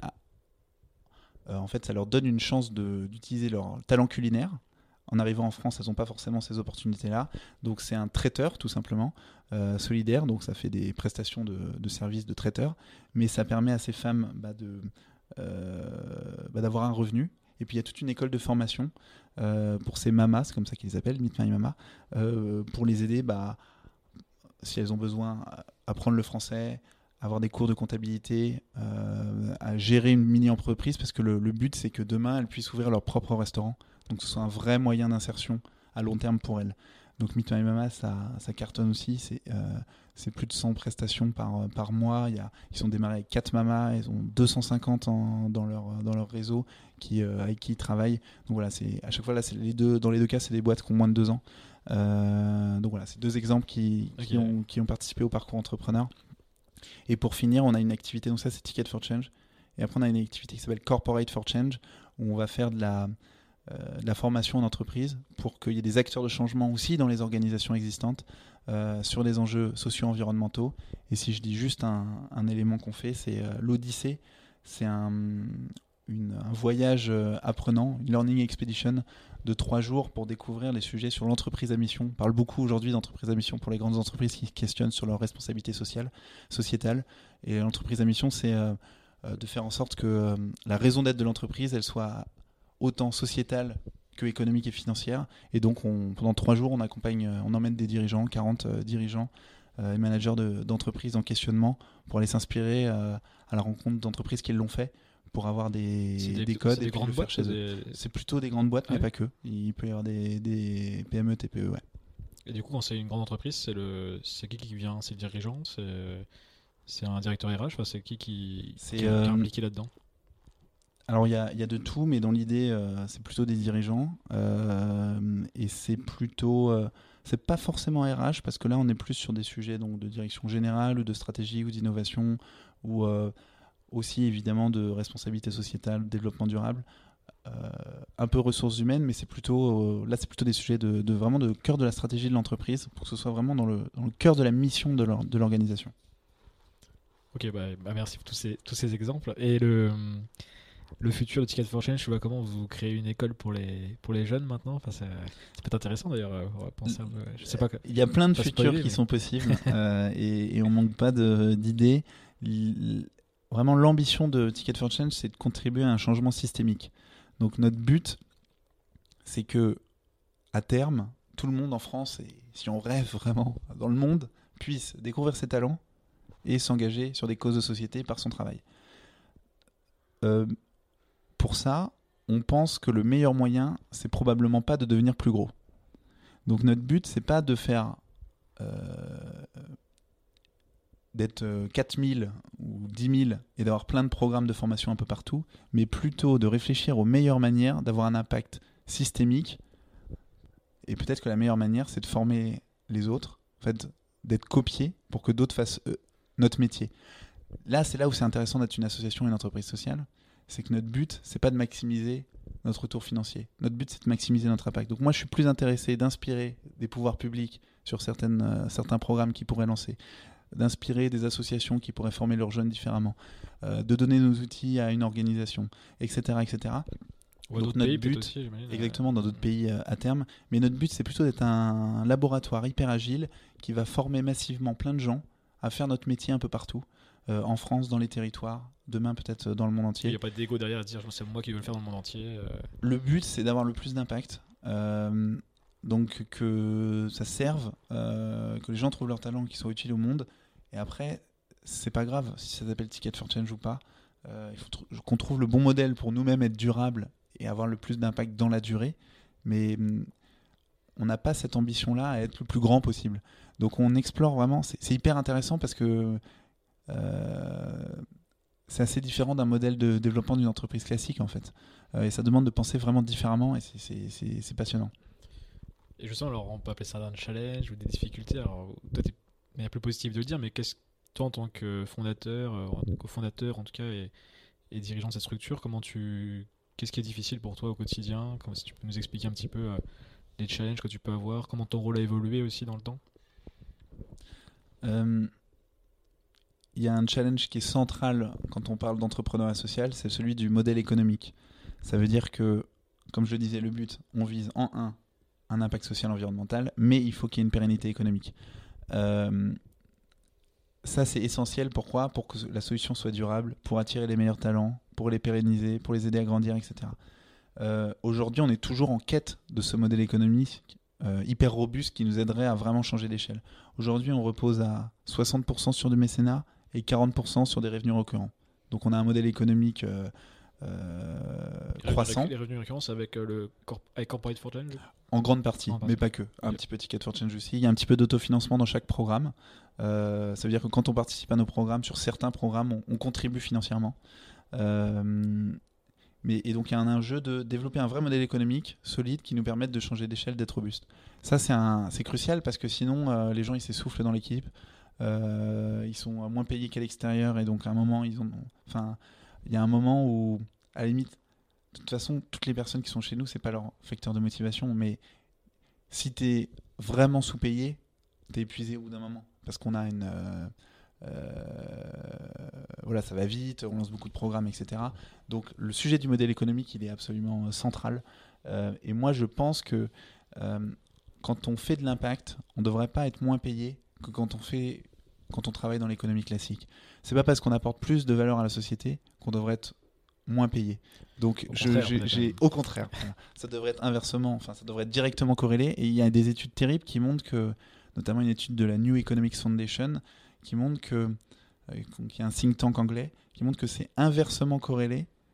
euh, en fait, ça leur donne une chance de, d'utiliser leur talent culinaire. En arrivant en France, elles n'ont pas forcément ces opportunités-là. Donc c'est un traiteur, tout simplement, euh, solidaire. Donc ça fait des prestations de, de services de traiteur. Mais ça permet à ces femmes bah, de, euh, bah, d'avoir un revenu. Et puis il y a toute une école de formation euh, pour ces mamas, c'est comme ça qu'ils les appellent, Meet My Mama, euh, pour les aider, bah, si elles ont besoin, à apprendre le français, avoir des cours de comptabilité, euh, à gérer une mini-entreprise, parce que le, le but, c'est que demain, elles puissent ouvrir leur propre restaurant. Donc ce soit un vrai moyen d'insertion à long terme pour elles. Donc Meet My Mama, ça, ça cartonne aussi. C'est, euh, c'est plus de cent prestations par, par mois. Il y a, ils sont démarrés avec quatre mamas. Ils ont deux cent cinquante en, dans, leur, dans leur réseau qui, euh, avec qui ils travaillent. Donc voilà, c'est, à chaque fois, là, c'est les deux, dans les deux cas, c'est des boîtes qui ont moins de deux ans. Euh, donc voilà, c'est deux exemples qui, qui, Okay. ont, qui ont participé au parcours entrepreneur. Et pour finir, on a une activité, donc ça c'est Ticket for Change. Et après, on a une activité qui s'appelle Corporate for Change, où on va faire de la... Euh, de la formation en entreprise pour qu'il y ait des acteurs de changement aussi dans les organisations existantes euh, sur des enjeux socio-environnementaux. Et si je dis juste un, un élément qu'on fait, c'est euh, l'Odyssée. C'est un, une, un voyage euh, apprenant, une learning expedition de trois jours pour découvrir les sujets sur l'entreprise à mission. On parle beaucoup aujourd'hui d'entreprise à mission pour les grandes entreprises qui questionnent sur leur responsabilité sociale, sociétale. Et l'entreprise à mission, c'est euh, euh, de faire en sorte que euh, la raison d'être de l'entreprise, elle soit autant sociétale que économique et financière. Et donc, on, pendant trois jours, on accompagne, on emmène des dirigeants, quarante euh, dirigeants euh, et managers de, d'entreprises en questionnement pour aller s'inspirer euh, à la rencontre d'entreprises qui l'ont fait, pour avoir des, C'est des, des, codes c'est et des puis grandes le faire boîtes. chez eux. des- C'est plutôt des grandes boîtes, Ah mais ouais pas que. Il peut y avoir des, des P M E, T P E, ouais. Et du coup, quand c'est une grande entreprise, c'est le, c'est qui qui vient? C'est le dirigeant? C'est, c'est un directeur R H? Enfin, c'est qui qui, C'est, qui est euh, impliqué là-dedans? Alors il y a, il y a de tout, mais dans l'idée, euh, c'est plutôt des dirigeants euh, et c'est plutôt, euh, c'est pas forcément R H parce que là on est plus sur des sujets donc de direction générale ou de stratégie ou d'innovation ou euh, aussi évidemment de responsabilité sociétale, développement durable, euh, un peu ressources humaines, mais c'est plutôt euh, là c'est plutôt des sujets de, de vraiment de cœur de la stratégie de l'entreprise pour que ce soit vraiment dans le, dans le cœur de la mission de, leur, de l'organisation. Ok, bah, bah merci pour tous ces, tous ces exemples. Et le, le futur de Ticket for Change, tu vois comment vous créez une école pour les, pour les jeunes maintenant? Enfin, ça, ça peut être intéressant d'ailleurs. euh, On va penser un peu. Je sais pas. que- Il y a plein de Pas futurs spoiler, qui mais- sont possibles euh, et, et on manque pas de- d'idées. L- Vraiment, l'ambition de Ticket for Change, c'est de contribuer à un changement systémique. Donc notre but, c'est que à terme, tout le monde en France, et si on rêve vraiment dans le monde, puisse découvrir ses talents et s'engager sur des causes de société par son travail. Euh, pour ça, on pense que le meilleur moyen, c'est probablement pas de devenir plus gros. Donc notre but, c'est pas de faire euh, d'être euh, quatre mille ou dix mille et d'avoir plein de programmes de formation un peu partout, mais plutôt de réfléchir aux meilleures manières d'avoir un impact systémique. Et peut-être que la meilleure manière, c'est de former les autres, en fait, d'être copié pour que d'autres fassent euh, notre métier. Là, c'est là où c'est intéressant d'être une association et une entreprise sociale. C'est que notre but, c'est pas de maximiser notre retour financier. Notre but, c'est de maximiser notre impact. Donc moi, je suis plus intéressé d'inspirer des pouvoirs publics sur certaines, euh, certains programmes qu'ils pourraient lancer, d'inspirer des associations qui pourraient former leurs jeunes différemment, euh, de donner nos outils à une organisation, et cetera, et cetera. Ou à Donc d'autres notre pays, peut-être but- aussi, j'imagine. Exactement, dans d'autres pays euh, à terme. Mais notre but, c'est plutôt d'être un laboratoire hyper agile qui va former massivement plein de gens à faire notre métier un peu partout, euh, en France, dans les territoires, demain peut-être dans le monde Il entier. n'y a pas d'ego derrière à dire c'est moi qui veux le faire dans le monde entier. euh. Le but, c'est d'avoir le plus d'impact. Euh, donc que ça serve, euh, que les gens trouvent leur talent, qu'ils soient utiles au monde. Et après, c'est pas grave si ça s'appelle Ticket for Change ou pas. Euh, il faut tr- qu'on trouve le bon modèle pour nous-mêmes être durable et avoir le plus d'impact dans la durée. Mais hum, on n'a pas cette ambition-là à être le plus grand possible. Donc on explore vraiment. C'est, c'est hyper intéressant parce que euh, c'est assez différent d'un modèle de développement d'une entreprise classique en fait. Euh, et ça demande de penser vraiment différemment et c'est, c'est, c'est, c'est passionnant. Et je sens, alors on peut appeler ça un challenge ou des difficultés. Alors, toi, t'es de manière plus positive de le dire, mais qu'est-ce que toi, en tant que fondateur, euh, cofondateur en tout cas, et, et dirigeant de cette structure, comment tu, qu'est-ce qui est difficile pour toi au quotidien? Comment, si tu peux nous expliquer un petit peu euh, les challenges que tu peux avoir, comment ton rôle a évolué aussi dans le temps? Euh, Il y a un challenge qui est central quand on parle d'entrepreneuriat social, c'est celui du modèle économique. Ça veut dire que, comme je le disais, le but, on vise en un, un impact social environnemental, mais il faut qu'il y ait une pérennité économique. Euh, ça, c'est essentiel. Pourquoi? Pour que la solution soit durable, pour attirer les meilleurs talents, pour les pérenniser, pour les aider à grandir, et cetera. Euh, aujourd'hui, on est toujours en quête de ce modèle économique euh, hyper robuste qui nous aiderait à vraiment changer d'échelle. Aujourd'hui, on repose à soixante pour cent sur du mécénat et quarante pour cent sur des revenus récurrents. Donc on a un modèle économique euh, euh, croissant. Les revenus récurrents, c'est avec, euh, le corp- avec Corporate for Change? En grande partie, En partie. mais pas que. Un Ok. petit peu Ticket for Change aussi. Il y a un petit peu d'autofinancement dans chaque programme. Euh, ça veut dire que quand on participe à nos programmes, sur certains programmes, on, on contribue financièrement. Euh, mais, et donc il y a un enjeu de développer un vrai modèle économique solide qui nous permette de changer d'échelle, d'être robuste. Ça, c'est, un, c'est crucial parce que sinon, euh, les gens ils s'essoufflent dans l'équipe. Euh, ils sont moins payés qu'à l'extérieur et donc à un moment, ils ont. Enfin, il y a un moment où, à la limite, de toute façon, toutes les personnes qui sont chez nous, c'est pas leur facteur de motivation, mais si t'es vraiment sous-payé, t'es épuisé au bout d'un moment. Parce qu'on a une. Euh, euh, voilà, ça va vite, on lance beaucoup de programmes, et cetera. Donc le sujet du modèle économique, il est absolument euh, central. Euh, et moi, je pense que euh, quand on fait de l'impact, on ne devrait pas être moins payé que quand on fait, quand on travaille dans l'économie classique. C'est pas parce qu'on apporte plus de valeur à la société qu'on devrait être moins payé. Donc Au je, contraire, j'ai, peut-être. j'ai- au contraire, voilà. Ça devrait être inversement, enfin ça devrait être directement corrélé. Et il y a des études terribles qui montrent que, notamment une étude de la New Economics Foundation, qui montre que, euh, qui est un think tank anglais, qui montre que c'est inversement corrélé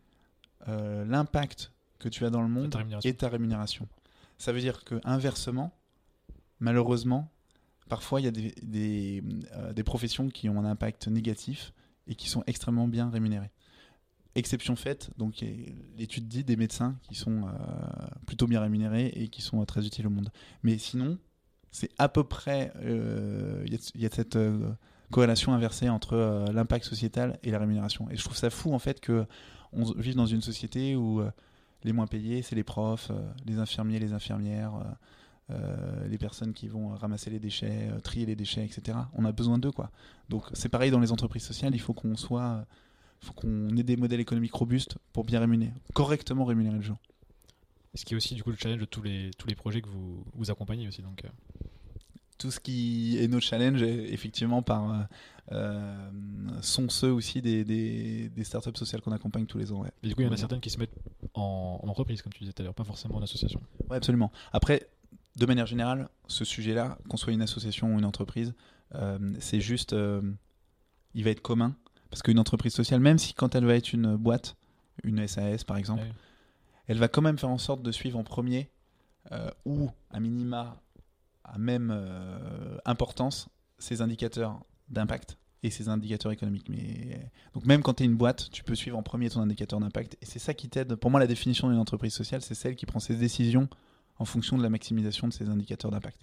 euh, l'impact que tu as dans le monde Ta rémunération. et ta rémunération. Ça veut dire que inversement, malheureusement, parfois il y a des, des, euh, des professions qui ont un impact négatif et qui sont extrêmement bien rémunérées. Exception faite, donc l'étude dit des médecins qui sont euh, plutôt bien rémunérés et qui sont euh, très utiles au monde. Mais sinon, c'est à peu près, il euh, y, y a cette euh, corrélation inversée entre euh, l'impact sociétal et la rémunération. Et je trouve ça fou en fait que on vive dans une société où euh, les moins payés, c'est les profs, euh, les infirmiers, les infirmières, euh, euh, les personnes qui vont ramasser les déchets, euh, trier les déchets, et cetera. On a besoin d'eux, quoi. Donc c'est pareil dans les entreprises sociales, il faut qu'on soit... Il faut qu'on ait des modèles économiques robustes pour bien rémunérer, correctement rémunérer les gens. Ce qui est aussi du coup le challenge de tous les, tous les projets que vous, vous accompagnez aussi. Donc, euh... Tout ce qui est notre challenge, effectivement, par, euh, sont ceux aussi des, des, des startups sociales qu'on accompagne tous les ans. Ouais. Mais du coup, il y en a certaines qui se mettent en, en entreprise, comme tu disais tout à l'heure, pas forcément en association. Oui, absolument. Après, de manière générale, ce sujet-là, qu'on soit une association ou une entreprise, euh, c'est juste, euh, il va être commun. Parce qu'une entreprise sociale, même si quand elle va être une boîte, une S A S par exemple, ouais. elle va quand même faire en sorte de suivre en premier euh, ou à minima à même euh, importance ses indicateurs d'impact et ses indicateurs économiques. Mais, donc même quand tu es une boîte, tu peux suivre en premier ton indicateur d'impact et c'est ça qui t'aide. Pour moi, la définition d'une entreprise sociale, c'est celle qui prend ses décisions en fonction de la maximisation de ses indicateurs d'impact.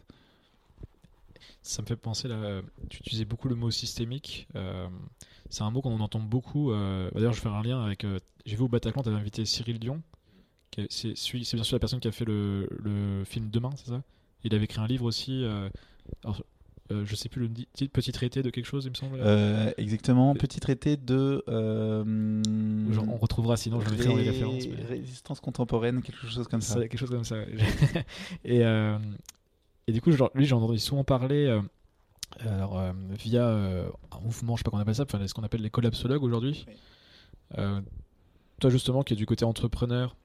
Ça me fait penser, là, tu utilisais beaucoup le mot systémique. Euh, c'est un mot qu'on entend beaucoup. Euh, d'ailleurs, je vais faire un lien avec. Euh, j'ai vu au Bataclan, tu avais invité Cyril Dion. Qui est, c'est, c'est bien sûr la personne qui a fait le, le film Demain, c'est ça ? Il avait écrit un livre aussi. Euh, alors, euh, je sais plus le titre, Petit traité de quelque chose, il me semble. Euh, exactement, Petit traité de. Euh, Genre, on retrouvera sinon, je mettrai dans les références. Mais... Résistance contemporaine, quelque chose comme ça. ça quelque chose comme ça. Et. Euh, Et du coup, genre, lui, j'en entends souvent parler euh, alors, euh, via euh, un mouvement, je sais pas comment on appelle ça, enfin, ce qu'on appelle les collapsologues aujourd'hui. Oui. Euh, toi, justement, qui est du côté entrepreneur,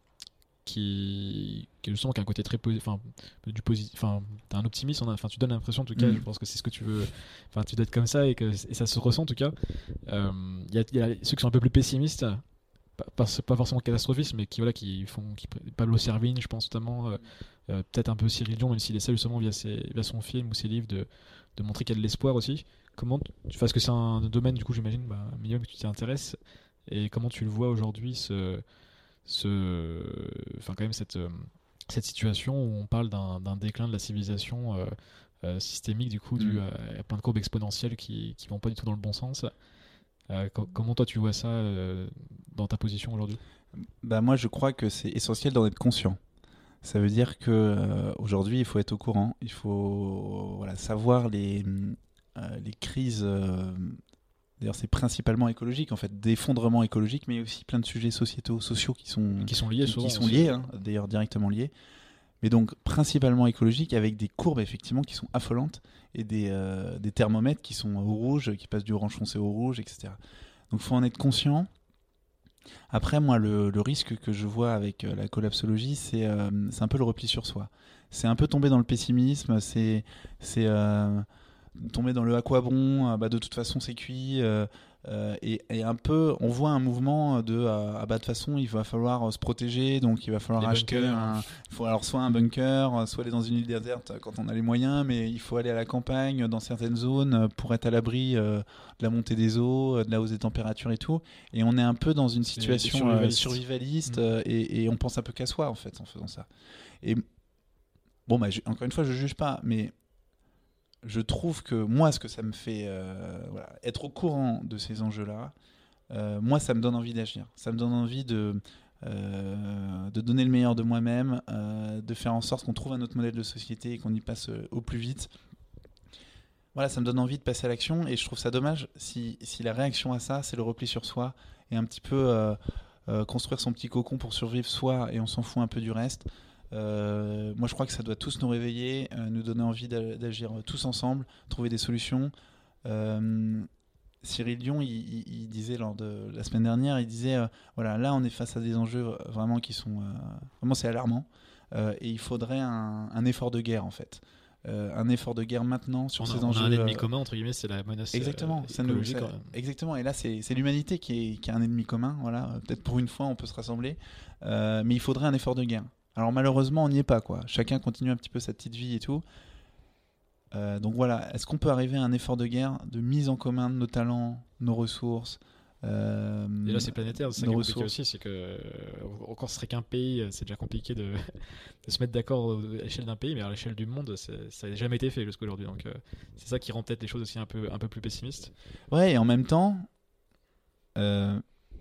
qui, qui est justement qui a un côté très positif, enfin, du positif, enfin, t'as un optimisme, enfin, tu donnes l'impression, en tout cas, mmh. je pense que c'est ce que tu veux, enfin, tu dois être comme ça et que et ça se ressent, en tout cas. Il euh, y, a, y a ceux qui sont un peu plus pessimistes. Pas, pas forcément catastrophistes, mais qui, voilà, qui font qui, Pablo Servigne, je pense notamment, euh, euh, peut-être un peu Cyril Dion, même s'il essaie justement via, ses, via son film ou ses livres de, de montrer qu'il y a de l'espoir aussi. Comment tu, parce que c'est un domaine, du coup, j'imagine, bah, minimum que tu t'y intéresses, et comment tu le vois aujourd'hui, ce, ce, enfin, quand même, cette, cette situation où on parle d'un, d'un déclin de la civilisation euh, euh, systémique, du coup, mmh. dû à, à plein de courbes exponentielles qui ne vont pas du tout dans le bon sens. Euh, comment toi tu vois ça euh, dans ta position aujourd'hui ? Bah moi je crois que c'est essentiel d'en être conscient. Ça veut dire que euh, aujourd'hui il faut être au courant, il faut voilà, savoir les, euh, les crises. Euh, d'ailleurs c'est principalement écologique en fait, d'effondrement écologique, mais aussi plein de sujets sociétaux, sociaux qui sont qui sont liés, qui, souvent, qui sont liés, hein, d'ailleurs directement liés. Mais donc principalement écologique, avec des courbes effectivement qui sont affolantes et des, euh, des thermomètres qui sont au rouge, qui passent du orange foncé au rouge, et cetera. Donc il faut en être conscient. Après, moi, le, le risque que je vois avec euh, la collapsologie, c'est, euh, c'est un peu le repli sur soi. C'est un peu tomber dans le pessimisme, c'est, c'est euh, tomber dans le à quoi bon, euh, bah, de toute façon c'est cuit. Euh, Euh, et, et un peu, on voit un mouvement de euh, ah bah de toute façon il va falloir euh, se protéger, donc il va falloir les acheter bunkers, un, hein. il faut alors soit un bunker, soit aller dans une île déserte quand on a les moyens, mais il faut aller à la campagne dans certaines zones pour être à l'abri euh, de la montée des eaux, de la hausse des températures et tout. Et on est un peu dans une situation survivaliste, euh, survivaliste mmh. euh, et, et on pense un peu qu'à soi en fait en faisant ça. Et bon bah je, encore une fois je juge pas, mais je trouve que moi, ce que ça me fait, euh, voilà, être au courant de ces enjeux-là, euh, moi, ça me donne envie d'agir. Ça me donne envie de, euh, de donner le meilleur de moi-même, euh, de faire en sorte qu'on trouve un autre modèle de société et qu'on y passe euh, au plus vite. Voilà, ça me donne envie de passer à l'action et je trouve ça dommage si, si la réaction à ça, c'est le repli sur soi et un petit peu euh, euh, construire son petit cocon pour survivre soi et on s'en fout un peu du reste. Euh, moi je crois que ça doit tous nous réveiller, euh, nous donner envie d'agir tous ensemble, trouver des solutions. euh, Cyril Dion il, il, il disait lors de la semaine dernière, il disait euh, voilà, là on est face à des enjeux vraiment qui sont euh, vraiment c'est alarmant euh, et il faudrait un, un effort de guerre en fait. euh, un effort de guerre maintenant sur on a, ces on enjeux. a un ennemi euh, commun, entre guillemets, c'est la menace Exactement, euh, ça nous, écologique. ça- ouais. exactement. Et là, c'est, c'est l'humanité qui, est, qui a un ennemi commun. Voilà, Euh, peut-être pour une fois, on peut se rassembler, Euh, mais il faudrait un effort de guerre. Alors malheureusement, on n'y est pas, quoi. Chacun continue un petit peu sa petite vie et tout. Euh, donc voilà, est-ce qu'on peut arriver à un effort de guerre, de mise en commun de nos talents, nos ressources euh, Et là, c'est planétaire, c'est ça qui nos est compliqué ressources. aussi, c'est que euh, encore ce serait qu'un pays, c'est déjà compliqué de, de se mettre d'accord à l'échelle d'un pays, mais à l'échelle du monde, c'est- ça n'a jamais été fait jusqu'à aujourd'hui. Donc euh, c'est ça qui rend peut-être les choses aussi un peu, un peu plus pessimistes. Ouais, et en même temps, euh,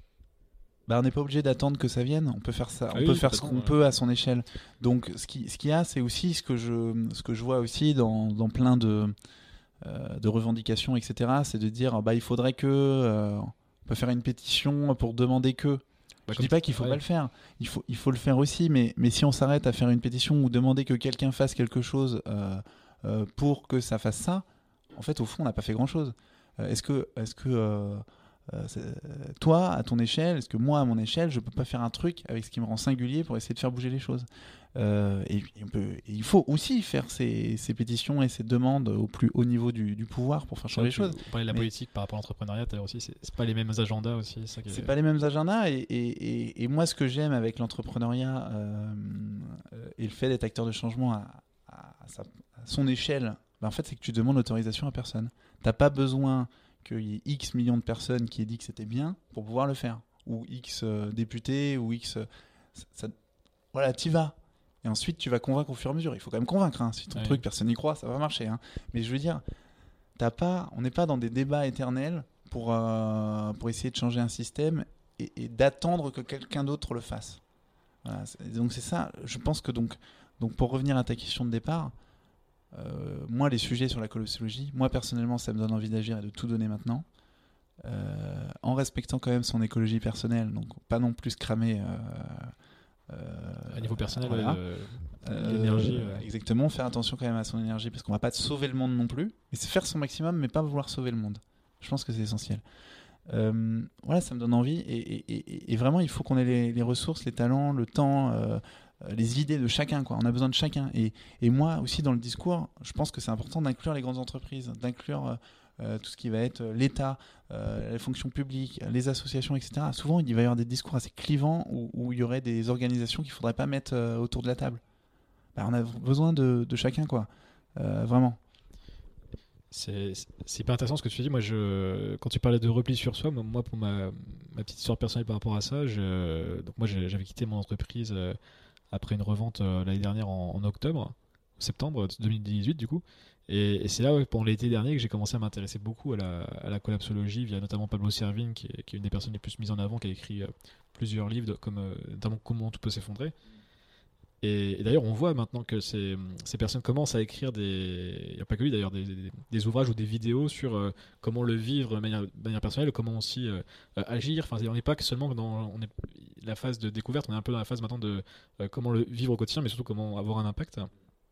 bah, on n'est pas obligé d'attendre que ça vienne. On peut faire ça. Ah On oui, peut faire ce complètement, qu'on ouais. peut à son échelle. Donc, ce qui, ce qu'il y a, c'est aussi ce que je, ce que je vois aussi dans, dans plein de, euh, de revendications, et cetera. C'est de dire, bah, il faudrait que, euh, on peut faire une pétition pour demander que. Bah, Je comme- dis pas qu'il faut ouais. pas le faire. Il faut, il faut le faire aussi. Mais, mais si on s'arrête à faire une pétition ou demander que quelqu'un fasse quelque chose euh, euh, pour que ça fasse ça, en fait, au fond, on n'a pas fait grand-chose. Euh, est-ce que, est-ce que euh, euh, c'est- toi, à ton échelle, est-ce que moi, à mon échelle, je peux pas faire un truc avec ce qui me rend singulier pour essayer de faire bouger les choses? Euh, et, et on peut, et il faut aussi faire ces, ces pétitions et ces demandes au plus haut niveau du, du pouvoir pour faire changer les Tu- choses. On parlait de la Mais- politique par rapport à l'entrepreneuriat, tout à l'heure aussi, c'est c'est pas les mêmes agendas aussi. Ça qui est- C'est pas les mêmes agendas et, et, et, et moi ce que j'aime avec l'entrepreneuriat euh, euh, et le fait d'être acteur de changement à, à, sa- à son échelle, ben en fait c'est que tu demandes l'autorisation à personne. T'as pas besoin qu'il y ait X millions de personnes qui aient dit que c'était bien pour pouvoir le faire, ou X euh, députés ou X euh, ça, ça- voilà, t'y vas. Et ensuite tu vas convaincre au fur et à mesure. Il faut quand même convaincre, hein. Si ton Ouais. truc personne n'y croit, ça va marcher, hein. Mais je veux dire, t'as pas, on n'est pas dans des débats éternels pour, euh, pour essayer de changer un système et, et d'attendre que quelqu'un d'autre le fasse. Voilà, c'est- donc c'est ça, je pense que donc, donc pour revenir à ta question de départ, euh, moi les sujets sur la colossologie, moi personnellement ça me donne envie d'agir et de tout donner maintenant, euh, en respectant quand même son écologie personnelle, donc pas non plus se cramer euh, euh, à niveau personnel, voilà. ouais, de- Euh, l'énergie, ouais. Exactement, faire attention quand même à son énergie parce qu'on va pas sauver le monde non plus, mais c'est faire son maximum mais pas vouloir sauver le monde. Je pense que c'est essentiel. Euh, voilà, ça me donne envie et, et- et- et vraiment il faut qu'on ait les, les ressources, les talents, le temps, euh, euh, les idées de chacun, quoi. On a besoin de chacun. Et, et moi aussi dans le discours, je pense que c'est important d'inclure les grandes entreprises, d'inclure euh, euh, tout ce qui va être euh, l'État, euh, les fonctions publiques, les associations, et cetera. Souvent il va y avoir des discours assez clivants où, où il y aurait des organisations qu'il faudrait pas mettre euh, autour de la table. Bah, on a besoin de, de chacun, quoi. Euh, vraiment. C'est c'est hyper intéressant ce que tu dis. Moi, je, quand tu parlais de repli sur soi, moi, pour ma, ma petite histoire personnelle par rapport à ça, je, donc moi, j'ai- j'avais quitté mon entreprise euh, après une revente euh, l'année dernière en, en octobre, septembre deux mille dix-huit, du coup. Et, et c'est là, ouais, pendant l'été dernier, que j'ai commencé à m'intéresser beaucoup à la, à la collapsologie via notamment Pablo Servigne, qui est, qui est une des personnes les plus mises en avant, qui a écrit euh, plusieurs livres, de- comme euh, notamment Comment tout peut s'effondrer. Et, et d'ailleurs, on voit maintenant que ces, ces personnes commencent à écrire des. Il n'y a pas que lui d'ailleurs, des, des- des ouvrages ou des vidéos sur euh, comment le vivre de manière, de manière personnelle, comment aussi euh, euh, agir. Enfin, on n'est pas que seulement dans on est, la phase de découverte, on est un peu dans la phase maintenant de euh, comment le vivre au quotidien, mais surtout comment avoir un impact.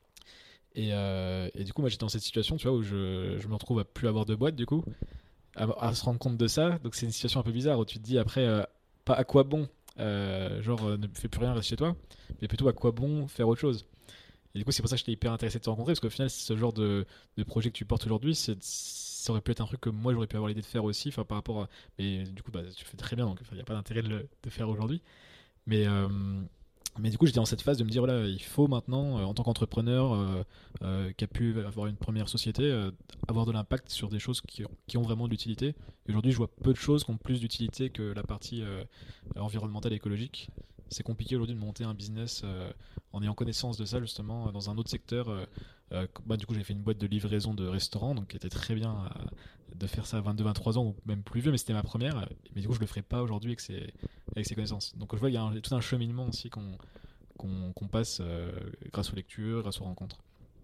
Et, euh, et du coup, moi j'étais dans cette situation, tu vois, où je, je me retrouve à plus avoir de boîte, du coup, à, à se rendre compte de ça. Donc c'est une situation un peu bizarre où tu te dis après, euh, pas à quoi bon. Euh, genre euh, ne fais plus rien, reste chez toi, mais plutôt à quoi bon faire autre chose. Et du coup c'est pour ça que j'étais hyper intéressé de te rencontrer, parce qu'au final ce genre de, de projet que tu portes aujourd'hui, c'est- ça aurait pu être un truc que moi j'aurais pu avoir l'idée de faire aussi, enfin par rapport à... mais du coup bah, tu fais très bien, donc il n'y a pas d'intérêt de le de faire aujourd'hui, mais euh, mais du coup j'étais dans cette phase de me dire voilà, il faut maintenant euh, en tant qu'entrepreneur euh, euh, qui a pu avoir une première société, euh, avoir de l'impact sur des choses qui, qui ont vraiment de l'utilité. Et aujourd'hui je vois peu de choses qui ont plus d'utilité que la partie euh, environnementale et écologique. C'est compliqué aujourd'hui de monter un business euh, en ayant connaissance de ça justement dans un autre secteur. Euh, euh, bah, du coup j'ai fait une boîte de livraison de restaurants, donc qui était très bien euh, de faire ça à vingt-deux vingt-trois ans ou même plus vieux, mais c'était ma première. Mais du coup je le ferais pas aujourd'hui avec ces, avec ces connaissances. Donc je vois il y a un, tout un cheminement aussi qu'on qu'on qu'on passe euh, grâce aux lectures, grâce aux rencontres.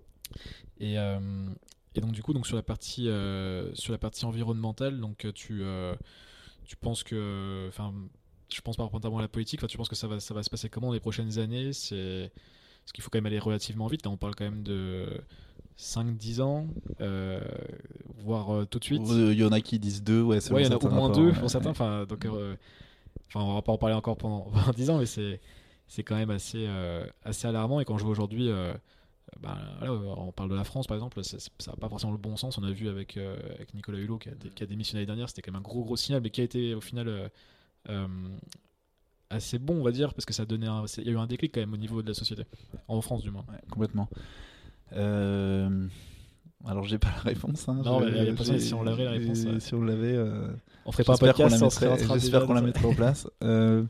Et, euh, et donc du coup donc sur la partie euh, sur la partie environnementale, donc tu euh, tu penses que enfin je pense pas notamment à la politique, enfin tu penses que ça va ça va se passer comment dans les prochaines années? C'est parce qu'il faut quand même aller relativement vite, là on parle quand même de cinq dix ans, euh, voire euh, tout de suite. Il y en a qui disent deux, ouais. selon Ouais, il y en a au certains moins rapports, deux ouais. pour certains. Enfin, donc, euh, enfin, on va pas en parler encore pendant, pendant dix ans, mais c'est c'est quand même assez euh, assez alarmant. Et quand je vois aujourd'hui, euh, bah, là, on parle de la France par exemple, ça n'a pas forcément le bon sens. On a vu avec, euh, avec Nicolas Hulot qui a, qui a démissionné l'année dernière, c'était quand même un gros gros signal, mais qui a été au final euh, euh, assez bon, on va dire, parce que ça donnait un, il y a eu un déclic quand même au niveau de la société, en France du moins. Ouais, complètement. Euh... Alors j'ai pas la réponse. Hein. Non, je, il y a personne, si on l'avait la réponse. Euh... Si on l'avait, euh... on ferait pas un podcast, qu'on on serait en train j'espère de qu'on la mettrait en place. Euh...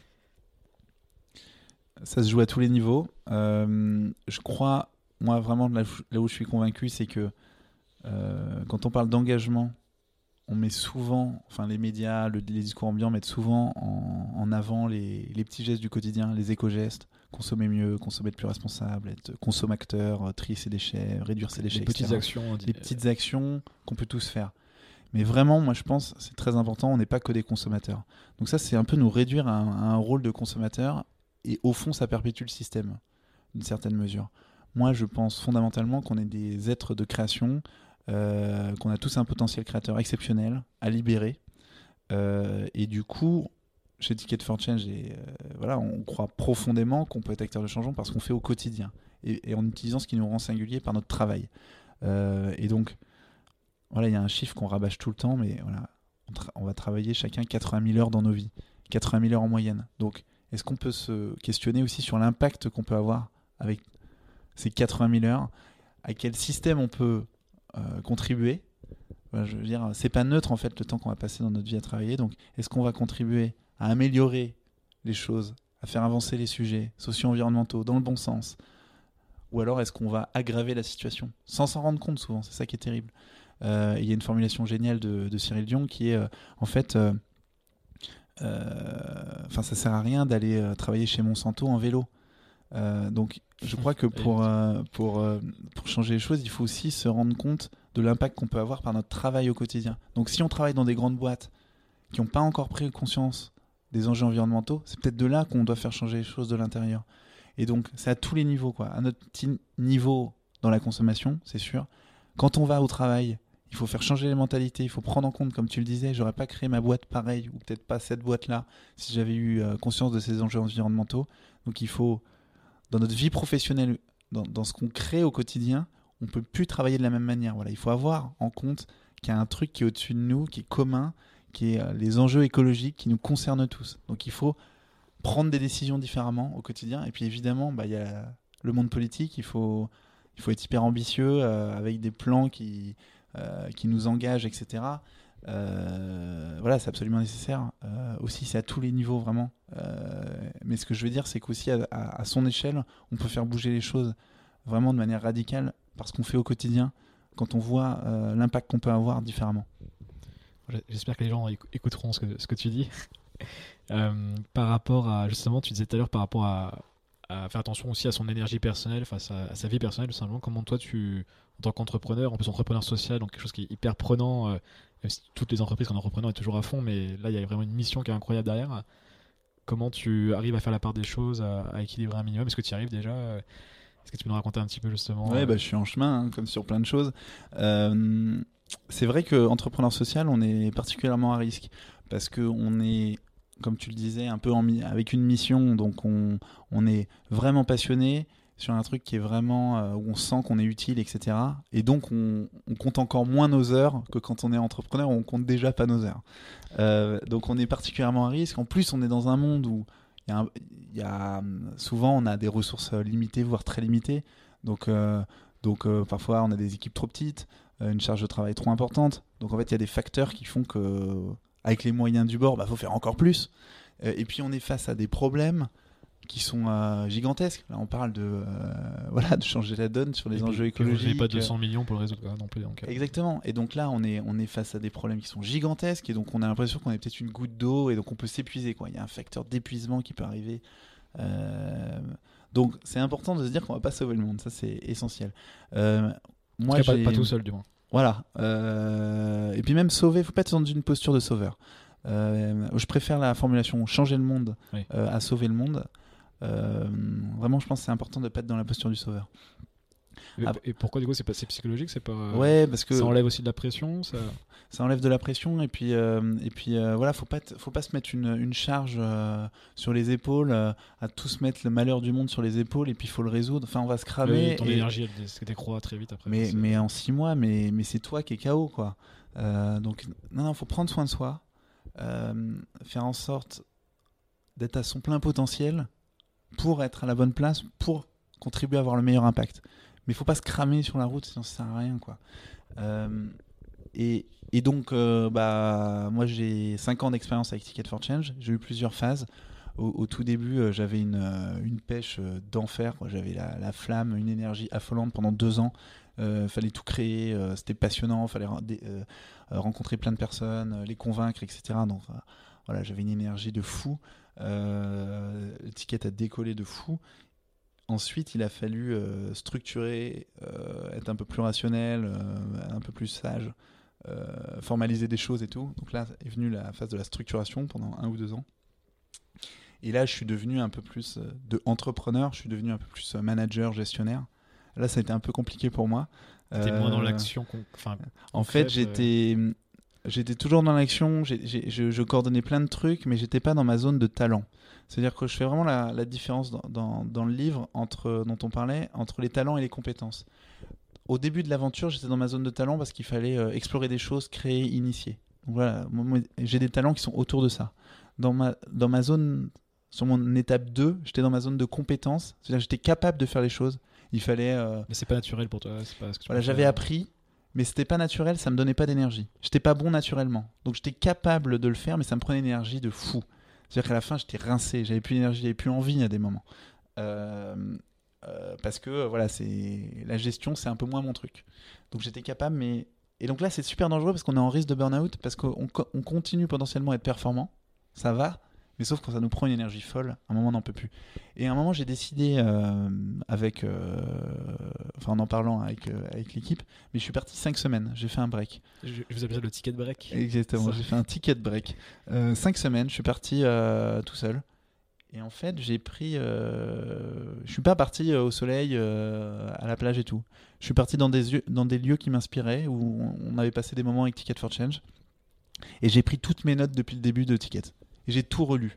Ça se joue à tous les niveaux. Euh... Je crois, moi vraiment là, là où je suis convaincu, c'est que euh, quand on parle d'engagement, on met souvent, enfin les médias, le, les discours ambiants mettent souvent en, en avant les, les petits gestes du quotidien, les éco-gestes. Consommer mieux, consommer de plus responsable, être consommateur, trier ses déchets, réduire ses déchets, les petites et cetera. actions, les petites actions qu'on peut tous faire. Mais vraiment, moi je pense, c'est très important, on n'est pas que des consommateurs. Donc ça, c'est un peu nous réduire à un, à un rôle de consommateur, et au fond, ça perpétue le système, d'une certaine mesure. Moi, je pense fondamentalement qu'on est des êtres de création, euh, qu'on a tous un potentiel créateur exceptionnel à libérer, euh, et du coup, chez Ticket for Change, et, euh, voilà, on croit profondément qu'on peut être acteur de changement parce qu'on fait au quotidien et, et en utilisant ce qui nous rend singulier par notre travail. Euh, et donc, voilà, il y a un chiffre qu'on rabâche tout le temps, mais voilà, on, tra- on va travailler chacun quatre-vingt mille heures dans nos vies, quatre-vingt mille heures en moyenne. Donc, est-ce qu'on peut se questionner aussi sur l'impact qu'on peut avoir avec ces quatre-vingt mille heures, à quel système on peut euh, contribuer? Voilà, je veux dire, c'est pas neutre en fait le temps qu'on va passer dans notre vie à travailler. Donc, est-ce qu'on va contribuer à améliorer les choses, à faire avancer les sujets socio-environnementaux dans le bon sens, ou alors est-ce qu'on va aggraver la situation sans s'en rendre compte souvent? C'est ça qui est terrible. Euh, il y a une formulation géniale de, de Cyril Dion qui est euh, en fait euh, euh, enfin ça sert à rien d'aller euh, travailler chez Monsanto en vélo. Euh, donc je crois que pour, euh, pour, euh, pour changer les choses, il faut aussi se rendre compte de l'impact qu'on peut avoir par notre travail au quotidien. Donc si on travaille dans des grandes boîtes qui n'ont pas encore pris conscience des enjeux environnementaux, c'est peut-être de là qu'on doit faire changer les choses de l'intérieur. Et donc, c'est à tous les niveaux, quoi. À notre petit niveau dans la consommation, c'est sûr. Quand on va au travail, il faut faire changer les mentalités, il faut prendre en compte, comme tu le disais, j'aurais pas créé ma boîte pareille, ou peut-être pas cette boîte-là, si j'avais eu euh, conscience de ces enjeux environnementaux. Donc, il faut, dans notre vie professionnelle, dans, dans ce qu'on crée au quotidien, on peut plus travailler de la même manière. Voilà, il faut avoir en compte qu'il y a un truc qui est au-dessus de nous, qui est commun, qui est les enjeux écologiques qui nous concernent tous. Donc il faut prendre des décisions différemment au quotidien. Et puis évidemment, bah, y a le monde politique, il faut, il faut être hyper ambitieux euh, avec des plans qui, euh, qui nous engagent, et cetera. Euh, voilà, c'est absolument nécessaire. Euh, aussi, c'est à tous les niveaux, vraiment. Euh, mais ce que je veux dire, c'est qu'aussi à, à, à son échelle, on peut faire bouger les choses vraiment de manière radicale parce qu'on fait au quotidien quand on voit euh, l'impact qu'on peut avoir différemment. J'espère que les gens écouteront ce que, ce que tu dis. euh, par rapport à, justement, tu disais tout à l'heure, par rapport à, à faire attention aussi à son énergie personnelle, face à, à sa vie personnelle, tout simplement. Comment toi, tu, en tant qu'entrepreneur, en plus entrepreneur social, donc quelque chose qui est hyper prenant, euh, même si toutes les entreprises qu'on est entrepreneur est toujours à fond, mais là, il y a vraiment une mission qui est incroyable derrière. Comment tu arrives à faire la part des choses, à, à équilibrer un minimum? Est-ce que tu y arrives déjà? Est-ce que tu peux nous raconter un petit peu, justement? Ouais, euh... bah, je suis en chemin, hein, comme sur plein de choses. Euh... C'est vrai qu'entrepreneur social, on est particulièrement à risque parce qu'on est, comme tu le disais, un peu en mi- avec une mission, donc on, on est vraiment passionné sur un truc qui est vraiment euh, où on sent qu'on est utile, et cetera. Et donc on, on compte encore moins nos heures que quand on est entrepreneur, où on compte déjà pas nos heures. Euh, donc on est particulièrement à risque. En plus, on est dans un monde où il y a, un, il y a souvent on a des ressources limitées, voire très limitées. Donc euh, donc euh, parfois on a des équipes trop petites, une charge de travail trop importante. Donc en fait, il y a des facteurs qui font que, avec les moyens du bord, bah, faut faire encore plus. Euh, et puis on est face à des problèmes qui sont euh, gigantesques. Là, on parle de euh, voilà, de changer la donne sur les et enjeux puis, écologiques. Vous n'avez pas deux cents millions pour le résoudre quoi, non plus. Donc, euh... Exactement. Et donc là, on est on est face à des problèmes qui sont gigantesques. Et donc on a l'impression qu'on est peut-être une goutte d'eau. Et donc on peut s'épuiser, quoi. Il y a un facteur d'épuisement qui peut arriver. Euh... Donc c'est important de se dire qu'on va pas sauver le monde. Ça, c'est essentiel. Euh, moi, pas, j'ai... pas tout seul, du moins. Voilà. Euh, et puis même sauver, faut pas être dans une posture de sauveur. Euh, je préfère la formulation changer le monde oui. euh, à sauver le monde. Euh, vraiment, je pense que c'est important de pas être dans la posture du sauveur. Et, Ah. et pourquoi du coup c'est pas c'est psychologique, c'est pas euh, Ouais, parce que ça enlève aussi de la pression, ça. ça enlève de la pression et puis euh, et puis euh, voilà, faut pas t- faut pas se mettre une, une charge euh, sur les épaules, euh, à tous mettre le malheur du monde sur les épaules et puis il faut le résoudre. Enfin, on va se cramer. Le- ton et- énergie elle dé- décroît très vite après. mais C'est- mais en six mois, mais mais c'est toi qui es K O quoi. Euh, donc non non, faut prendre soin de soi, euh, faire en sorte d'être à son plein potentiel pour être à la bonne place, pour contribuer à avoir le meilleur impact. Mais il faut pas se cramer sur la route, sinon ça sert à rien quoi. Euh, et, et donc, euh, bah, moi j'ai cinq ans d'expérience avec Ticket for Change. J'ai eu plusieurs phases. Au, au tout début, euh, j'avais une, euh, une pêche euh, d'enfer, quoi. J'avais la, la flamme, une énergie affolante pendant deux ans. Euh, fallait tout créer, euh, c'était passionnant. Fallait ren- des- euh, euh, rencontrer plein de personnes, euh, les convaincre, et cetera. Donc euh, voilà, j'avais une énergie de fou. Euh, le ticket a décollé de fou. Ensuite, il a fallu euh, structurer, euh, être un peu plus rationnel, euh, un peu plus sage, euh, formaliser des choses et tout. Donc là est venue la phase de la structuration pendant un ou deux ans. Et là, je suis devenu un peu plus euh, de entrepreneur, je suis devenu un peu plus euh, manager, gestionnaire. Là, ça a été un peu compliqué pour moi. T'es moins dans Euh, l'action qu'on- enfin En fait, concrète, j'étais, j'étais toujours dans l'action, j'ai- j'ai- je, je coordonnais plein de trucs, mais j'étais pas dans ma zone de talent. C'est-à-dire que je fais vraiment la, la différence dans, dans, dans le livre entre, dont on parlait entre les talents et les compétences. Au début de l'aventure, j'étais dans ma zone de talent parce qu'il fallait euh, explorer des choses, créer, initier. Donc voilà, moi, moi, j'ai des talents qui sont autour de ça. Dans ma, dans ma zone, sur mon étape deux, j'étais dans ma zone de compétences, c'est-à-dire que j'étais capable de faire les choses. Il fallait... euh, mais c'est pas naturel pour toi, c'est pas ce que tu voilà, peux j'avais faire. appris, mais c'était pas naturel, ça me donnait pas d'énergie. J'étais pas bon naturellement. Donc j'étais capable de le faire, mais ça me prenait une énergie de fou. C'est-à-dire qu'à la fin, j'étais rincé, j'avais plus d'énergie, j'avais plus envie à des moments. Euh, euh, parce que euh, voilà, c'est la gestion, c'est un peu moins mon truc. Donc j'étais capable, mais et donc là, c'est super dangereux parce qu'on est en risque de burn-out parce qu'on co- on continue potentiellement à être performant, ça va. Mais sauf quand ça nous prend une énergie folle, à un moment on n'en peut plus. Et à un moment j'ai décidé euh, avec, euh, enfin en en parlant avec, euh, avec l'équipe, mais je suis parti cinq semaines, j'ai fait un break. Je, je vous appelle ça le ticket break. Exactement, Ça. j'ai fait un ticket break. Euh, cinq semaines, je suis parti euh, tout seul. Et en fait j'ai pris, euh, je suis pas parti euh, au soleil, euh, à la plage et tout. Je suis parti dans des, yeux- dans des lieux qui m'inspiraient, où on avait passé des moments avec Ticket for Change. Et j'ai pris toutes mes notes depuis le début de Ticket. Et j'ai tout relu.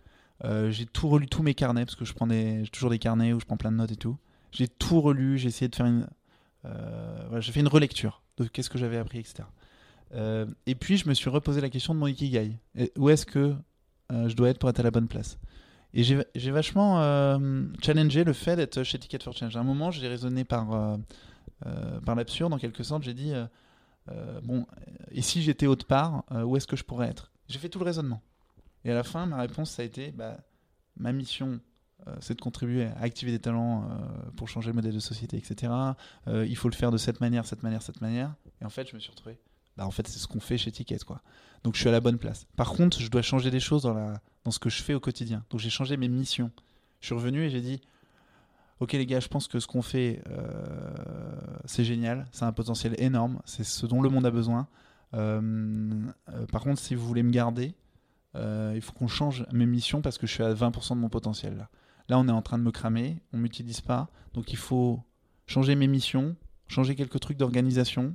Euh, j'ai tout relu, tous mes carnets, parce que je prends des, j'ai toujours des carnets où je prends plein de notes et tout. J'ai tout relu, j'ai essayé de faire une... Euh, voilà, j'ai fait une relecture de qu'est-ce que j'avais appris, et cetera. Euh, et puis, je me suis reposé la question de mon ikigai. Et où est-ce que euh, je dois être pour être à la bonne place? Et j'ai, j'ai vachement euh, challengé le fait d'être chez Ticket for Change. À un moment, j'ai raisonné par, euh, euh, par l'absurde, en quelque sorte. J'ai dit, euh, euh, bon, et si j'étais autre part, euh, où est-ce que je pourrais être? J'ai fait tout le raisonnement. Et à la fin, ma réponse, ça a été, bah, ma mission, euh, c'est de contribuer à activer des talents euh, pour changer le modèle de société, et cetera. Euh, il faut le faire de cette manière, cette manière, cette manière. Et en fait, je me suis retrouvé, bah, en fait, c'est ce qu'on fait chez Ticket, quoi. Donc, je suis à la bonne place. Par contre, je dois changer des choses dans, la, dans ce que je fais au quotidien. Donc, j'ai changé mes missions. Je suis revenu et j'ai dit, ok les gars, je pense que ce qu'on fait, euh, c'est génial, c'est un potentiel énorme, c'est ce dont le monde a besoin. Euh, euh, par contre, si vous voulez me garder, Euh, il faut qu'on change mes missions parce que je suis à vingt pour cent de mon potentiel là. Là on est en train de me cramer, on m'utilise pas, donc il faut changer mes missions, changer quelques trucs d'organisation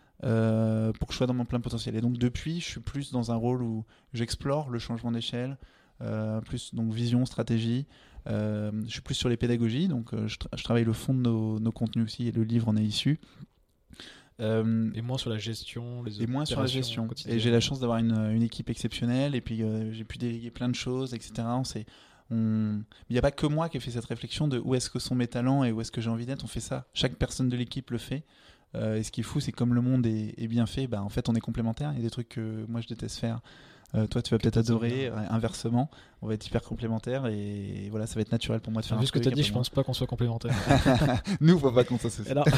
euh, pour que je sois dans mon plein potentiel. Et donc depuis je suis plus dans un rôle où j'explore le changement d'échelle, euh, plus donc vision, stratégie, euh, je suis plus sur les pédagogies, donc euh, je, tra- je travaille le fond de nos, nos contenus aussi et le livre en est issu. Euh, Et moins sur la gestion, les et moins sur la opérations gestion. quotidiennes. Et j'ai la chance d'avoir une, une équipe exceptionnelle et puis euh, j'ai pu déléguer plein de choses, et cetera. On s'est- on... Il n'y a pas que moi qui ai fait cette réflexion de où est-ce que sont mes talents et où est-ce que j'ai envie d'être. On fait ça. Chaque personne de l'équipe le fait. Euh, et ce qui est fou, c'est que comme le monde est, est bien fait, bah, en fait, on est complémentaires. Il y a des trucs que moi je déteste faire. Euh, toi, tu vas peut-être adorer. Euh, inversement, on va être hyper complémentaires et, et voilà, ça va être naturel pour moi de faire Vu un ce que truc. tu as dit, après je moi. pense pas qu'on soit complémentaires. Nous, faut pas qu'on s'associe. Alors-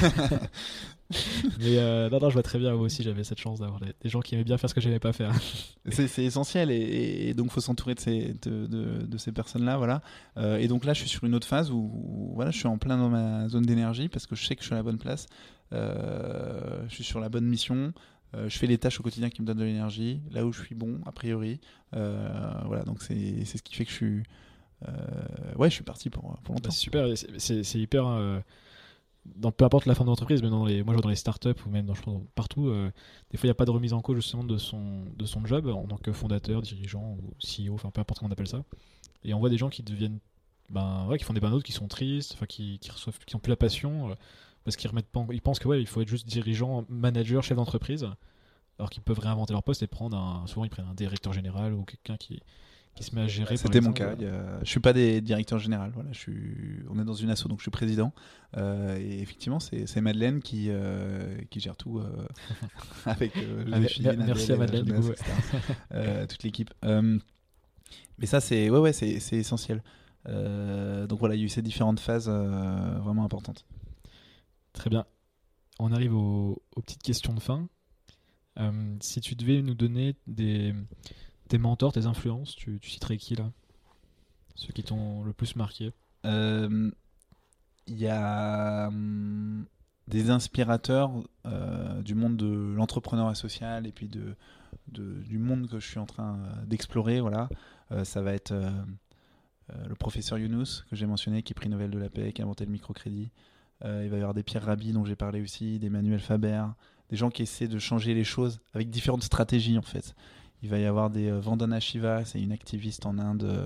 Mais euh, non, non, je vois très bien, moi aussi j'avais cette chance d'avoir des, des gens qui aimaient bien faire ce que j'aimais pas faire. C'est, c'est essentiel et, et, et donc faut s'entourer de ces, de, de, de ces personnes-là, voilà. Euh, et donc là, je suis sur une autre phase où, où, voilà, je suis en plein dans ma zone d'énergie parce que je sais que je suis à la bonne place. Euh, je suis sur la bonne mission. Euh, je fais les tâches au quotidien qui me donnent de l'énergie, là où je suis bon, a priori. Euh, voilà, donc c'est, c'est ce qui fait que je suis, euh, ouais, je suis parti pour, pour Bah, longtemps. c'est super, et c'est- c'est c'est hyper. euh, dans peu importe la forme d'entreprise, mais dans les, moi je vois dans les startups ou même dans, je pense, partout, euh, des fois il n'y a pas de remise en cause justement de son, de son job en tant que fondateur, dirigeant ou C E O, enfin peu importe comment on appelle ça. Et on voit des gens qui deviennent, ben ouais, qui font des burn-out, qui sont tristes, enfin qui, qui reçoivent, qui n'ont plus la passion, euh, parce qu'ils remettent pas, en- ils pensent que ouais, il faut être juste dirigeant, manager, chef d'entreprise, alors qu'ils peuvent réinventer leur poste et prendre un, souvent ils prennent un directeur général ou quelqu'un qui, qui se met à gérer. par C'était mon exemple. cas. Il y a- Je suis pas des directeurs généraux. Voilà, je suis... On est dans une asso, donc je suis président. Euh, et effectivement, c'est c'est Madeleine qui, euh, qui gère tout euh, avec euh, Ah, Joséphine, mer- merci Adèle, à Madeleine, du Jonas, coup, ouais. et cetera. Euh, toute l'équipe. Euh, mais ça, c'est ouais, ouais, c'est c'est essentiel. Euh, donc voilà, il y a eu ces différentes phases euh, vraiment importantes. Très bien. On arrive aux, aux petites questions de fin. Euh, si tu devais nous donner des, tes mentors, tes influences, tu, tu citerais qui là? Ceux qui t'ont le plus marqué? Euh, Il y a hum, des inspirateurs euh, du monde de l'entrepreneuriat social et puis de, de- du monde que je suis en train euh, d'explorer. Voilà. Euh, ça va être euh, euh, le professeur Younous, que j'ai mentionné, qui est prix Nobel de la paix, qui a inventé le microcrédit. Euh, il va y avoir des Pierre Rabhi, dont j'ai parlé aussi, des Manuel Faber, des gens qui essaient de changer les choses avec différentes stratégies en fait. Il va y avoir des euh, Vandana Shiva, c'est une activiste en Inde euh,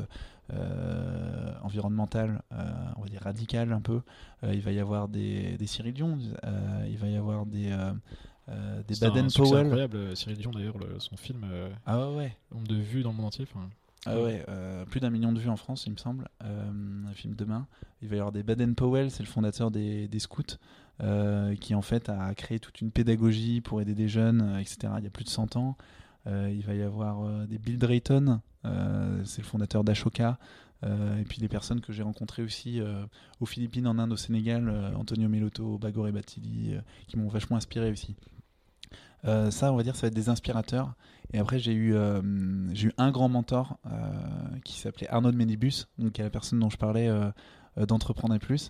euh, environnementale, euh, on va dire radicale un peu. Euh, il va y avoir des, des Cyril Dion, euh, il va y avoir des, euh, euh, des C'est un Baden succès Powell. incroyable, euh, Cyril Dion d'ailleurs, le- son film, euh, Ah ouais, ouais. nombre de vues dans le monde entier. enfin, Ah ouais, euh, plus d'un million de vues en France, il me semble. Euh, un film demain. Il va y avoir des Baden Powell, c'est le fondateur des, des scouts, euh, qui en fait a créé toute une pédagogie pour aider des jeunes, euh, et cetera. Il y a plus de cent ans. Euh, il va y avoir euh, des Bill Drayton, euh, c'est le fondateur d'Ashoka. Euh, et puis des personnes que j'ai rencontrées aussi euh, aux Philippines, en Inde, au Sénégal, euh, Antonio Meloto, Bagore Batili, euh, qui m'ont vachement inspiré aussi. Euh, ça, on va dire, ça va être des inspirateurs. Et après, j'ai eu, euh, j'ai eu un grand mentor euh, qui s'appelait Arnaud de Ménibus, donc qui est la personne dont je parlais euh, euh, d'Entreprendre et Plus,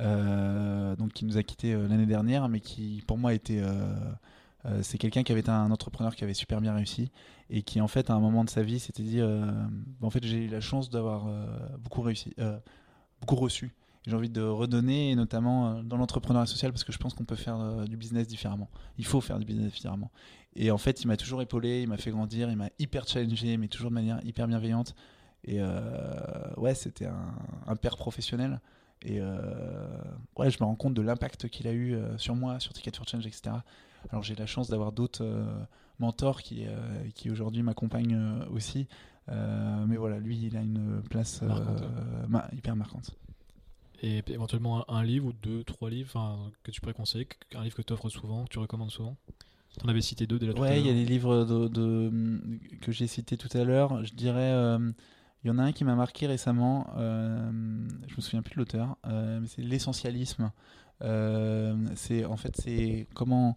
euh, donc qui nous a quittés euh, l'année dernière, mais qui pour moi était, euh, euh, c'est quelqu'un qui avait été un entrepreneur qui avait super bien réussi et qui en fait à un moment de sa vie s'était dit, euh, en fait j'ai eu la chance d'avoir euh, beaucoup réussi, euh, beaucoup reçu. J'ai envie de redonner, et notamment euh, dans l'entrepreneuriat social, parce que je pense qu'on peut faire euh, du business différemment. Il faut faire du business différemment. Et en fait, il m'a toujours épaulé, il m'a fait grandir, il m'a hyper challengé, mais toujours de manière hyper bienveillante. Et euh, ouais, c'était un, un père professionnel. Et euh, ouais, je me rends compte de l'impact qu'il a eu euh, sur moi, sur Ticket for Change, et cetera. Alors j'ai la chance d'avoir d'autres euh, mentors qui, euh, qui aujourd'hui m'accompagnent euh, aussi. Euh, mais voilà, lui, il a une place euh, Marquante. ma- hyper marquante. Et p- éventuellement un, un livre ou deux, trois livres enfin, que tu pourrais conseiller, que- un livre que tu offres souvent, que tu recommandes souvent. Tu en avais cité deux déjà tout à Ouais, il y a l'heure. les livres de, de- que j'ai cités tout à l'heure. Je dirais, euh, il y en a un qui m'a marqué récemment. Euh, je me souviens plus de l'auteur, euh, mais c'est l'essentialisme. Euh, c'est en fait c'est comment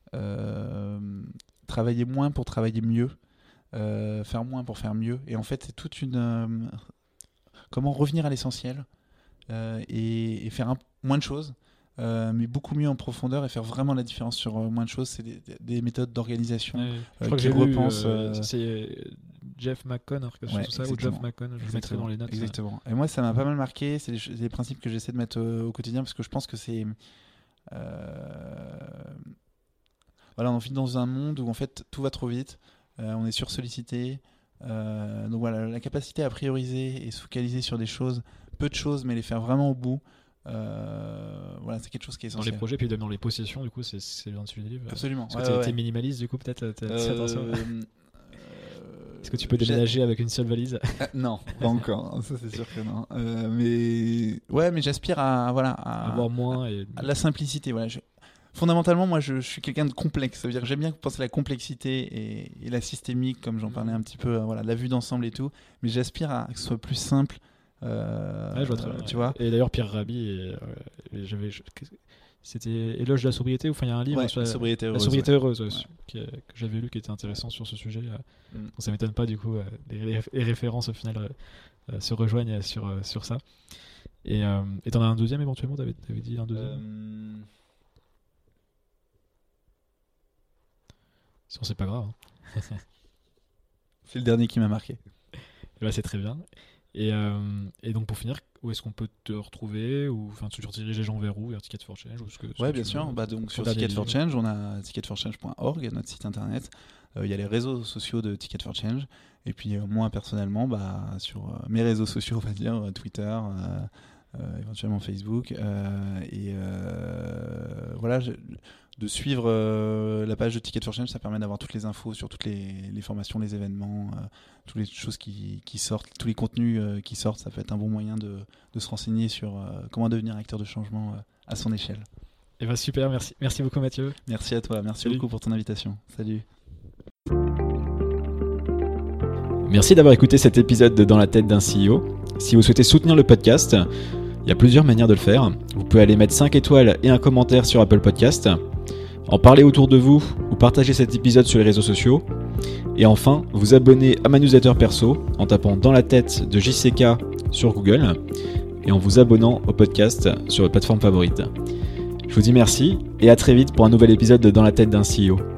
euh, travailler moins pour travailler mieux, euh, faire moins pour faire mieux. Et en fait, c'est toute une euh, comment revenir à l'essentiel euh, et, et faire un- moins de choses, euh, mais beaucoup mieux en profondeur et faire vraiment la différence sur euh, moins de choses. C'est des, des méthodes d'organisation Ouais, je euh, crois que qui j'ai lu, repensent. euh, euh, c'est euh, Jeff McCone, hein, quelque chose Ouais, comme ça, ou Jeff exactement. McCone, je le mettrai Exactement. dans les notes. Exactement. Et moi, ça m'a pas mal marqué. C'est des, ch- des principes que j'essaie de mettre euh, au quotidien parce que je pense que c'est. euh, Voilà, on vit dans un monde où en fait tout va trop vite. Euh, on est sursollicité. Euh, donc voilà, la capacité à prioriser et se focaliser sur des choses, peu de choses, mais les faire vraiment au bout. euh, voilà, c'est quelque chose qui est Dans les essentiel. projets, puis même dans les possessions, du coup, c'est c'est bien dessus des livres. Absolument. Est-ce Ouais, que t'es ouais, t'es ouais. minimaliste, du coup, peut-être t'as- t'as- t'as attention. Euh, Est-ce que tu peux j'ai- déménager avec une seule valise? Ah, non, pas encore. Ça, c'est sûr que non. Euh, mais ouais, mais j'aspire à voilà à, Avoir moins et. à la simplicité. Voilà. Je- Fondamentalement, moi, je, je suis quelqu'un de complexe. Ça veut dire que j'aime bien penser la complexité et, et la systémique, comme j'en parlais un petit peu. euh, voilà, la vue d'ensemble et tout. Mais j'aspire à que ce soit plus simple. euh, Ouais, je vois très bien. Tu vois. Et d'ailleurs, Pierre Rabhi, et, euh, et j'avais. je- qu'est-ce que- C'était Éloge de la sobriété, ou enfin, il y a un livre Ouais, sur la sobriété la heureuse. sobriété ouais. heureuse, ouais, Ouais. su- qui, euh, que j'avais lu, qui était intéressant sur ce sujet. euh. Mm. Donc ça m'étonne pas, du coup, euh, les, les- les références au final euh, euh, se rejoignent sur, euh, sur ça. Et euh, et t'en as un deuxième éventuellement, t'avais t'avais dit un deuxième. Euh, Sinon, c'est pas grave. hein. C'est le dernier qui m'a marqué. Et bah, c'est très bien. Et, euh, et donc pour finir, où est-ce qu'on peut te retrouver, ou enfin tu rediriges les gens vers où, vers Ticket for Change ou ce que, ce Ouais, que bien tu sûr. veux. Bah, donc sur dernier Ticket for livre. Change, on a ticket for change point org, notre site internet. Euh, Il y a les réseaux sociaux de Ticket for Change. Et puis euh, moi personnellement, bah, sur euh, mes réseaux sociaux, on va dire euh, Twitter, euh, euh, éventuellement Facebook. euh, et euh, voilà, je- de suivre euh, la page de Ticket for Change, ça permet d'avoir toutes les infos sur toutes les, les formations, les événements, euh, toutes les choses qui, qui sortent, tous les contenus euh, qui sortent. Ça peut être un bon moyen de, de se renseigner sur euh, comment devenir acteur de changement euh, à son échelle. Et bah super, merci, merci beaucoup Mathieu. Merci à toi, merci Salut. beaucoup pour ton invitation. Salut. Merci d'avoir écouté cet épisode de Dans la tête d'un C E O. Si vous souhaitez soutenir le podcast, il y a plusieurs manières de le faire. Vous pouvez aller mettre cinq étoiles et un commentaire sur Apple Podcast, en parler autour de vous ou partager cet épisode sur les réseaux sociaux. Et enfin, vous abonner à ma newsletter perso en tapant Dans la tête de J C K sur Google et en vous abonnant au podcast sur votre plateforme favorite. Je vous dis merci et à très vite pour un nouvel épisode de Dans la tête d'un C E O.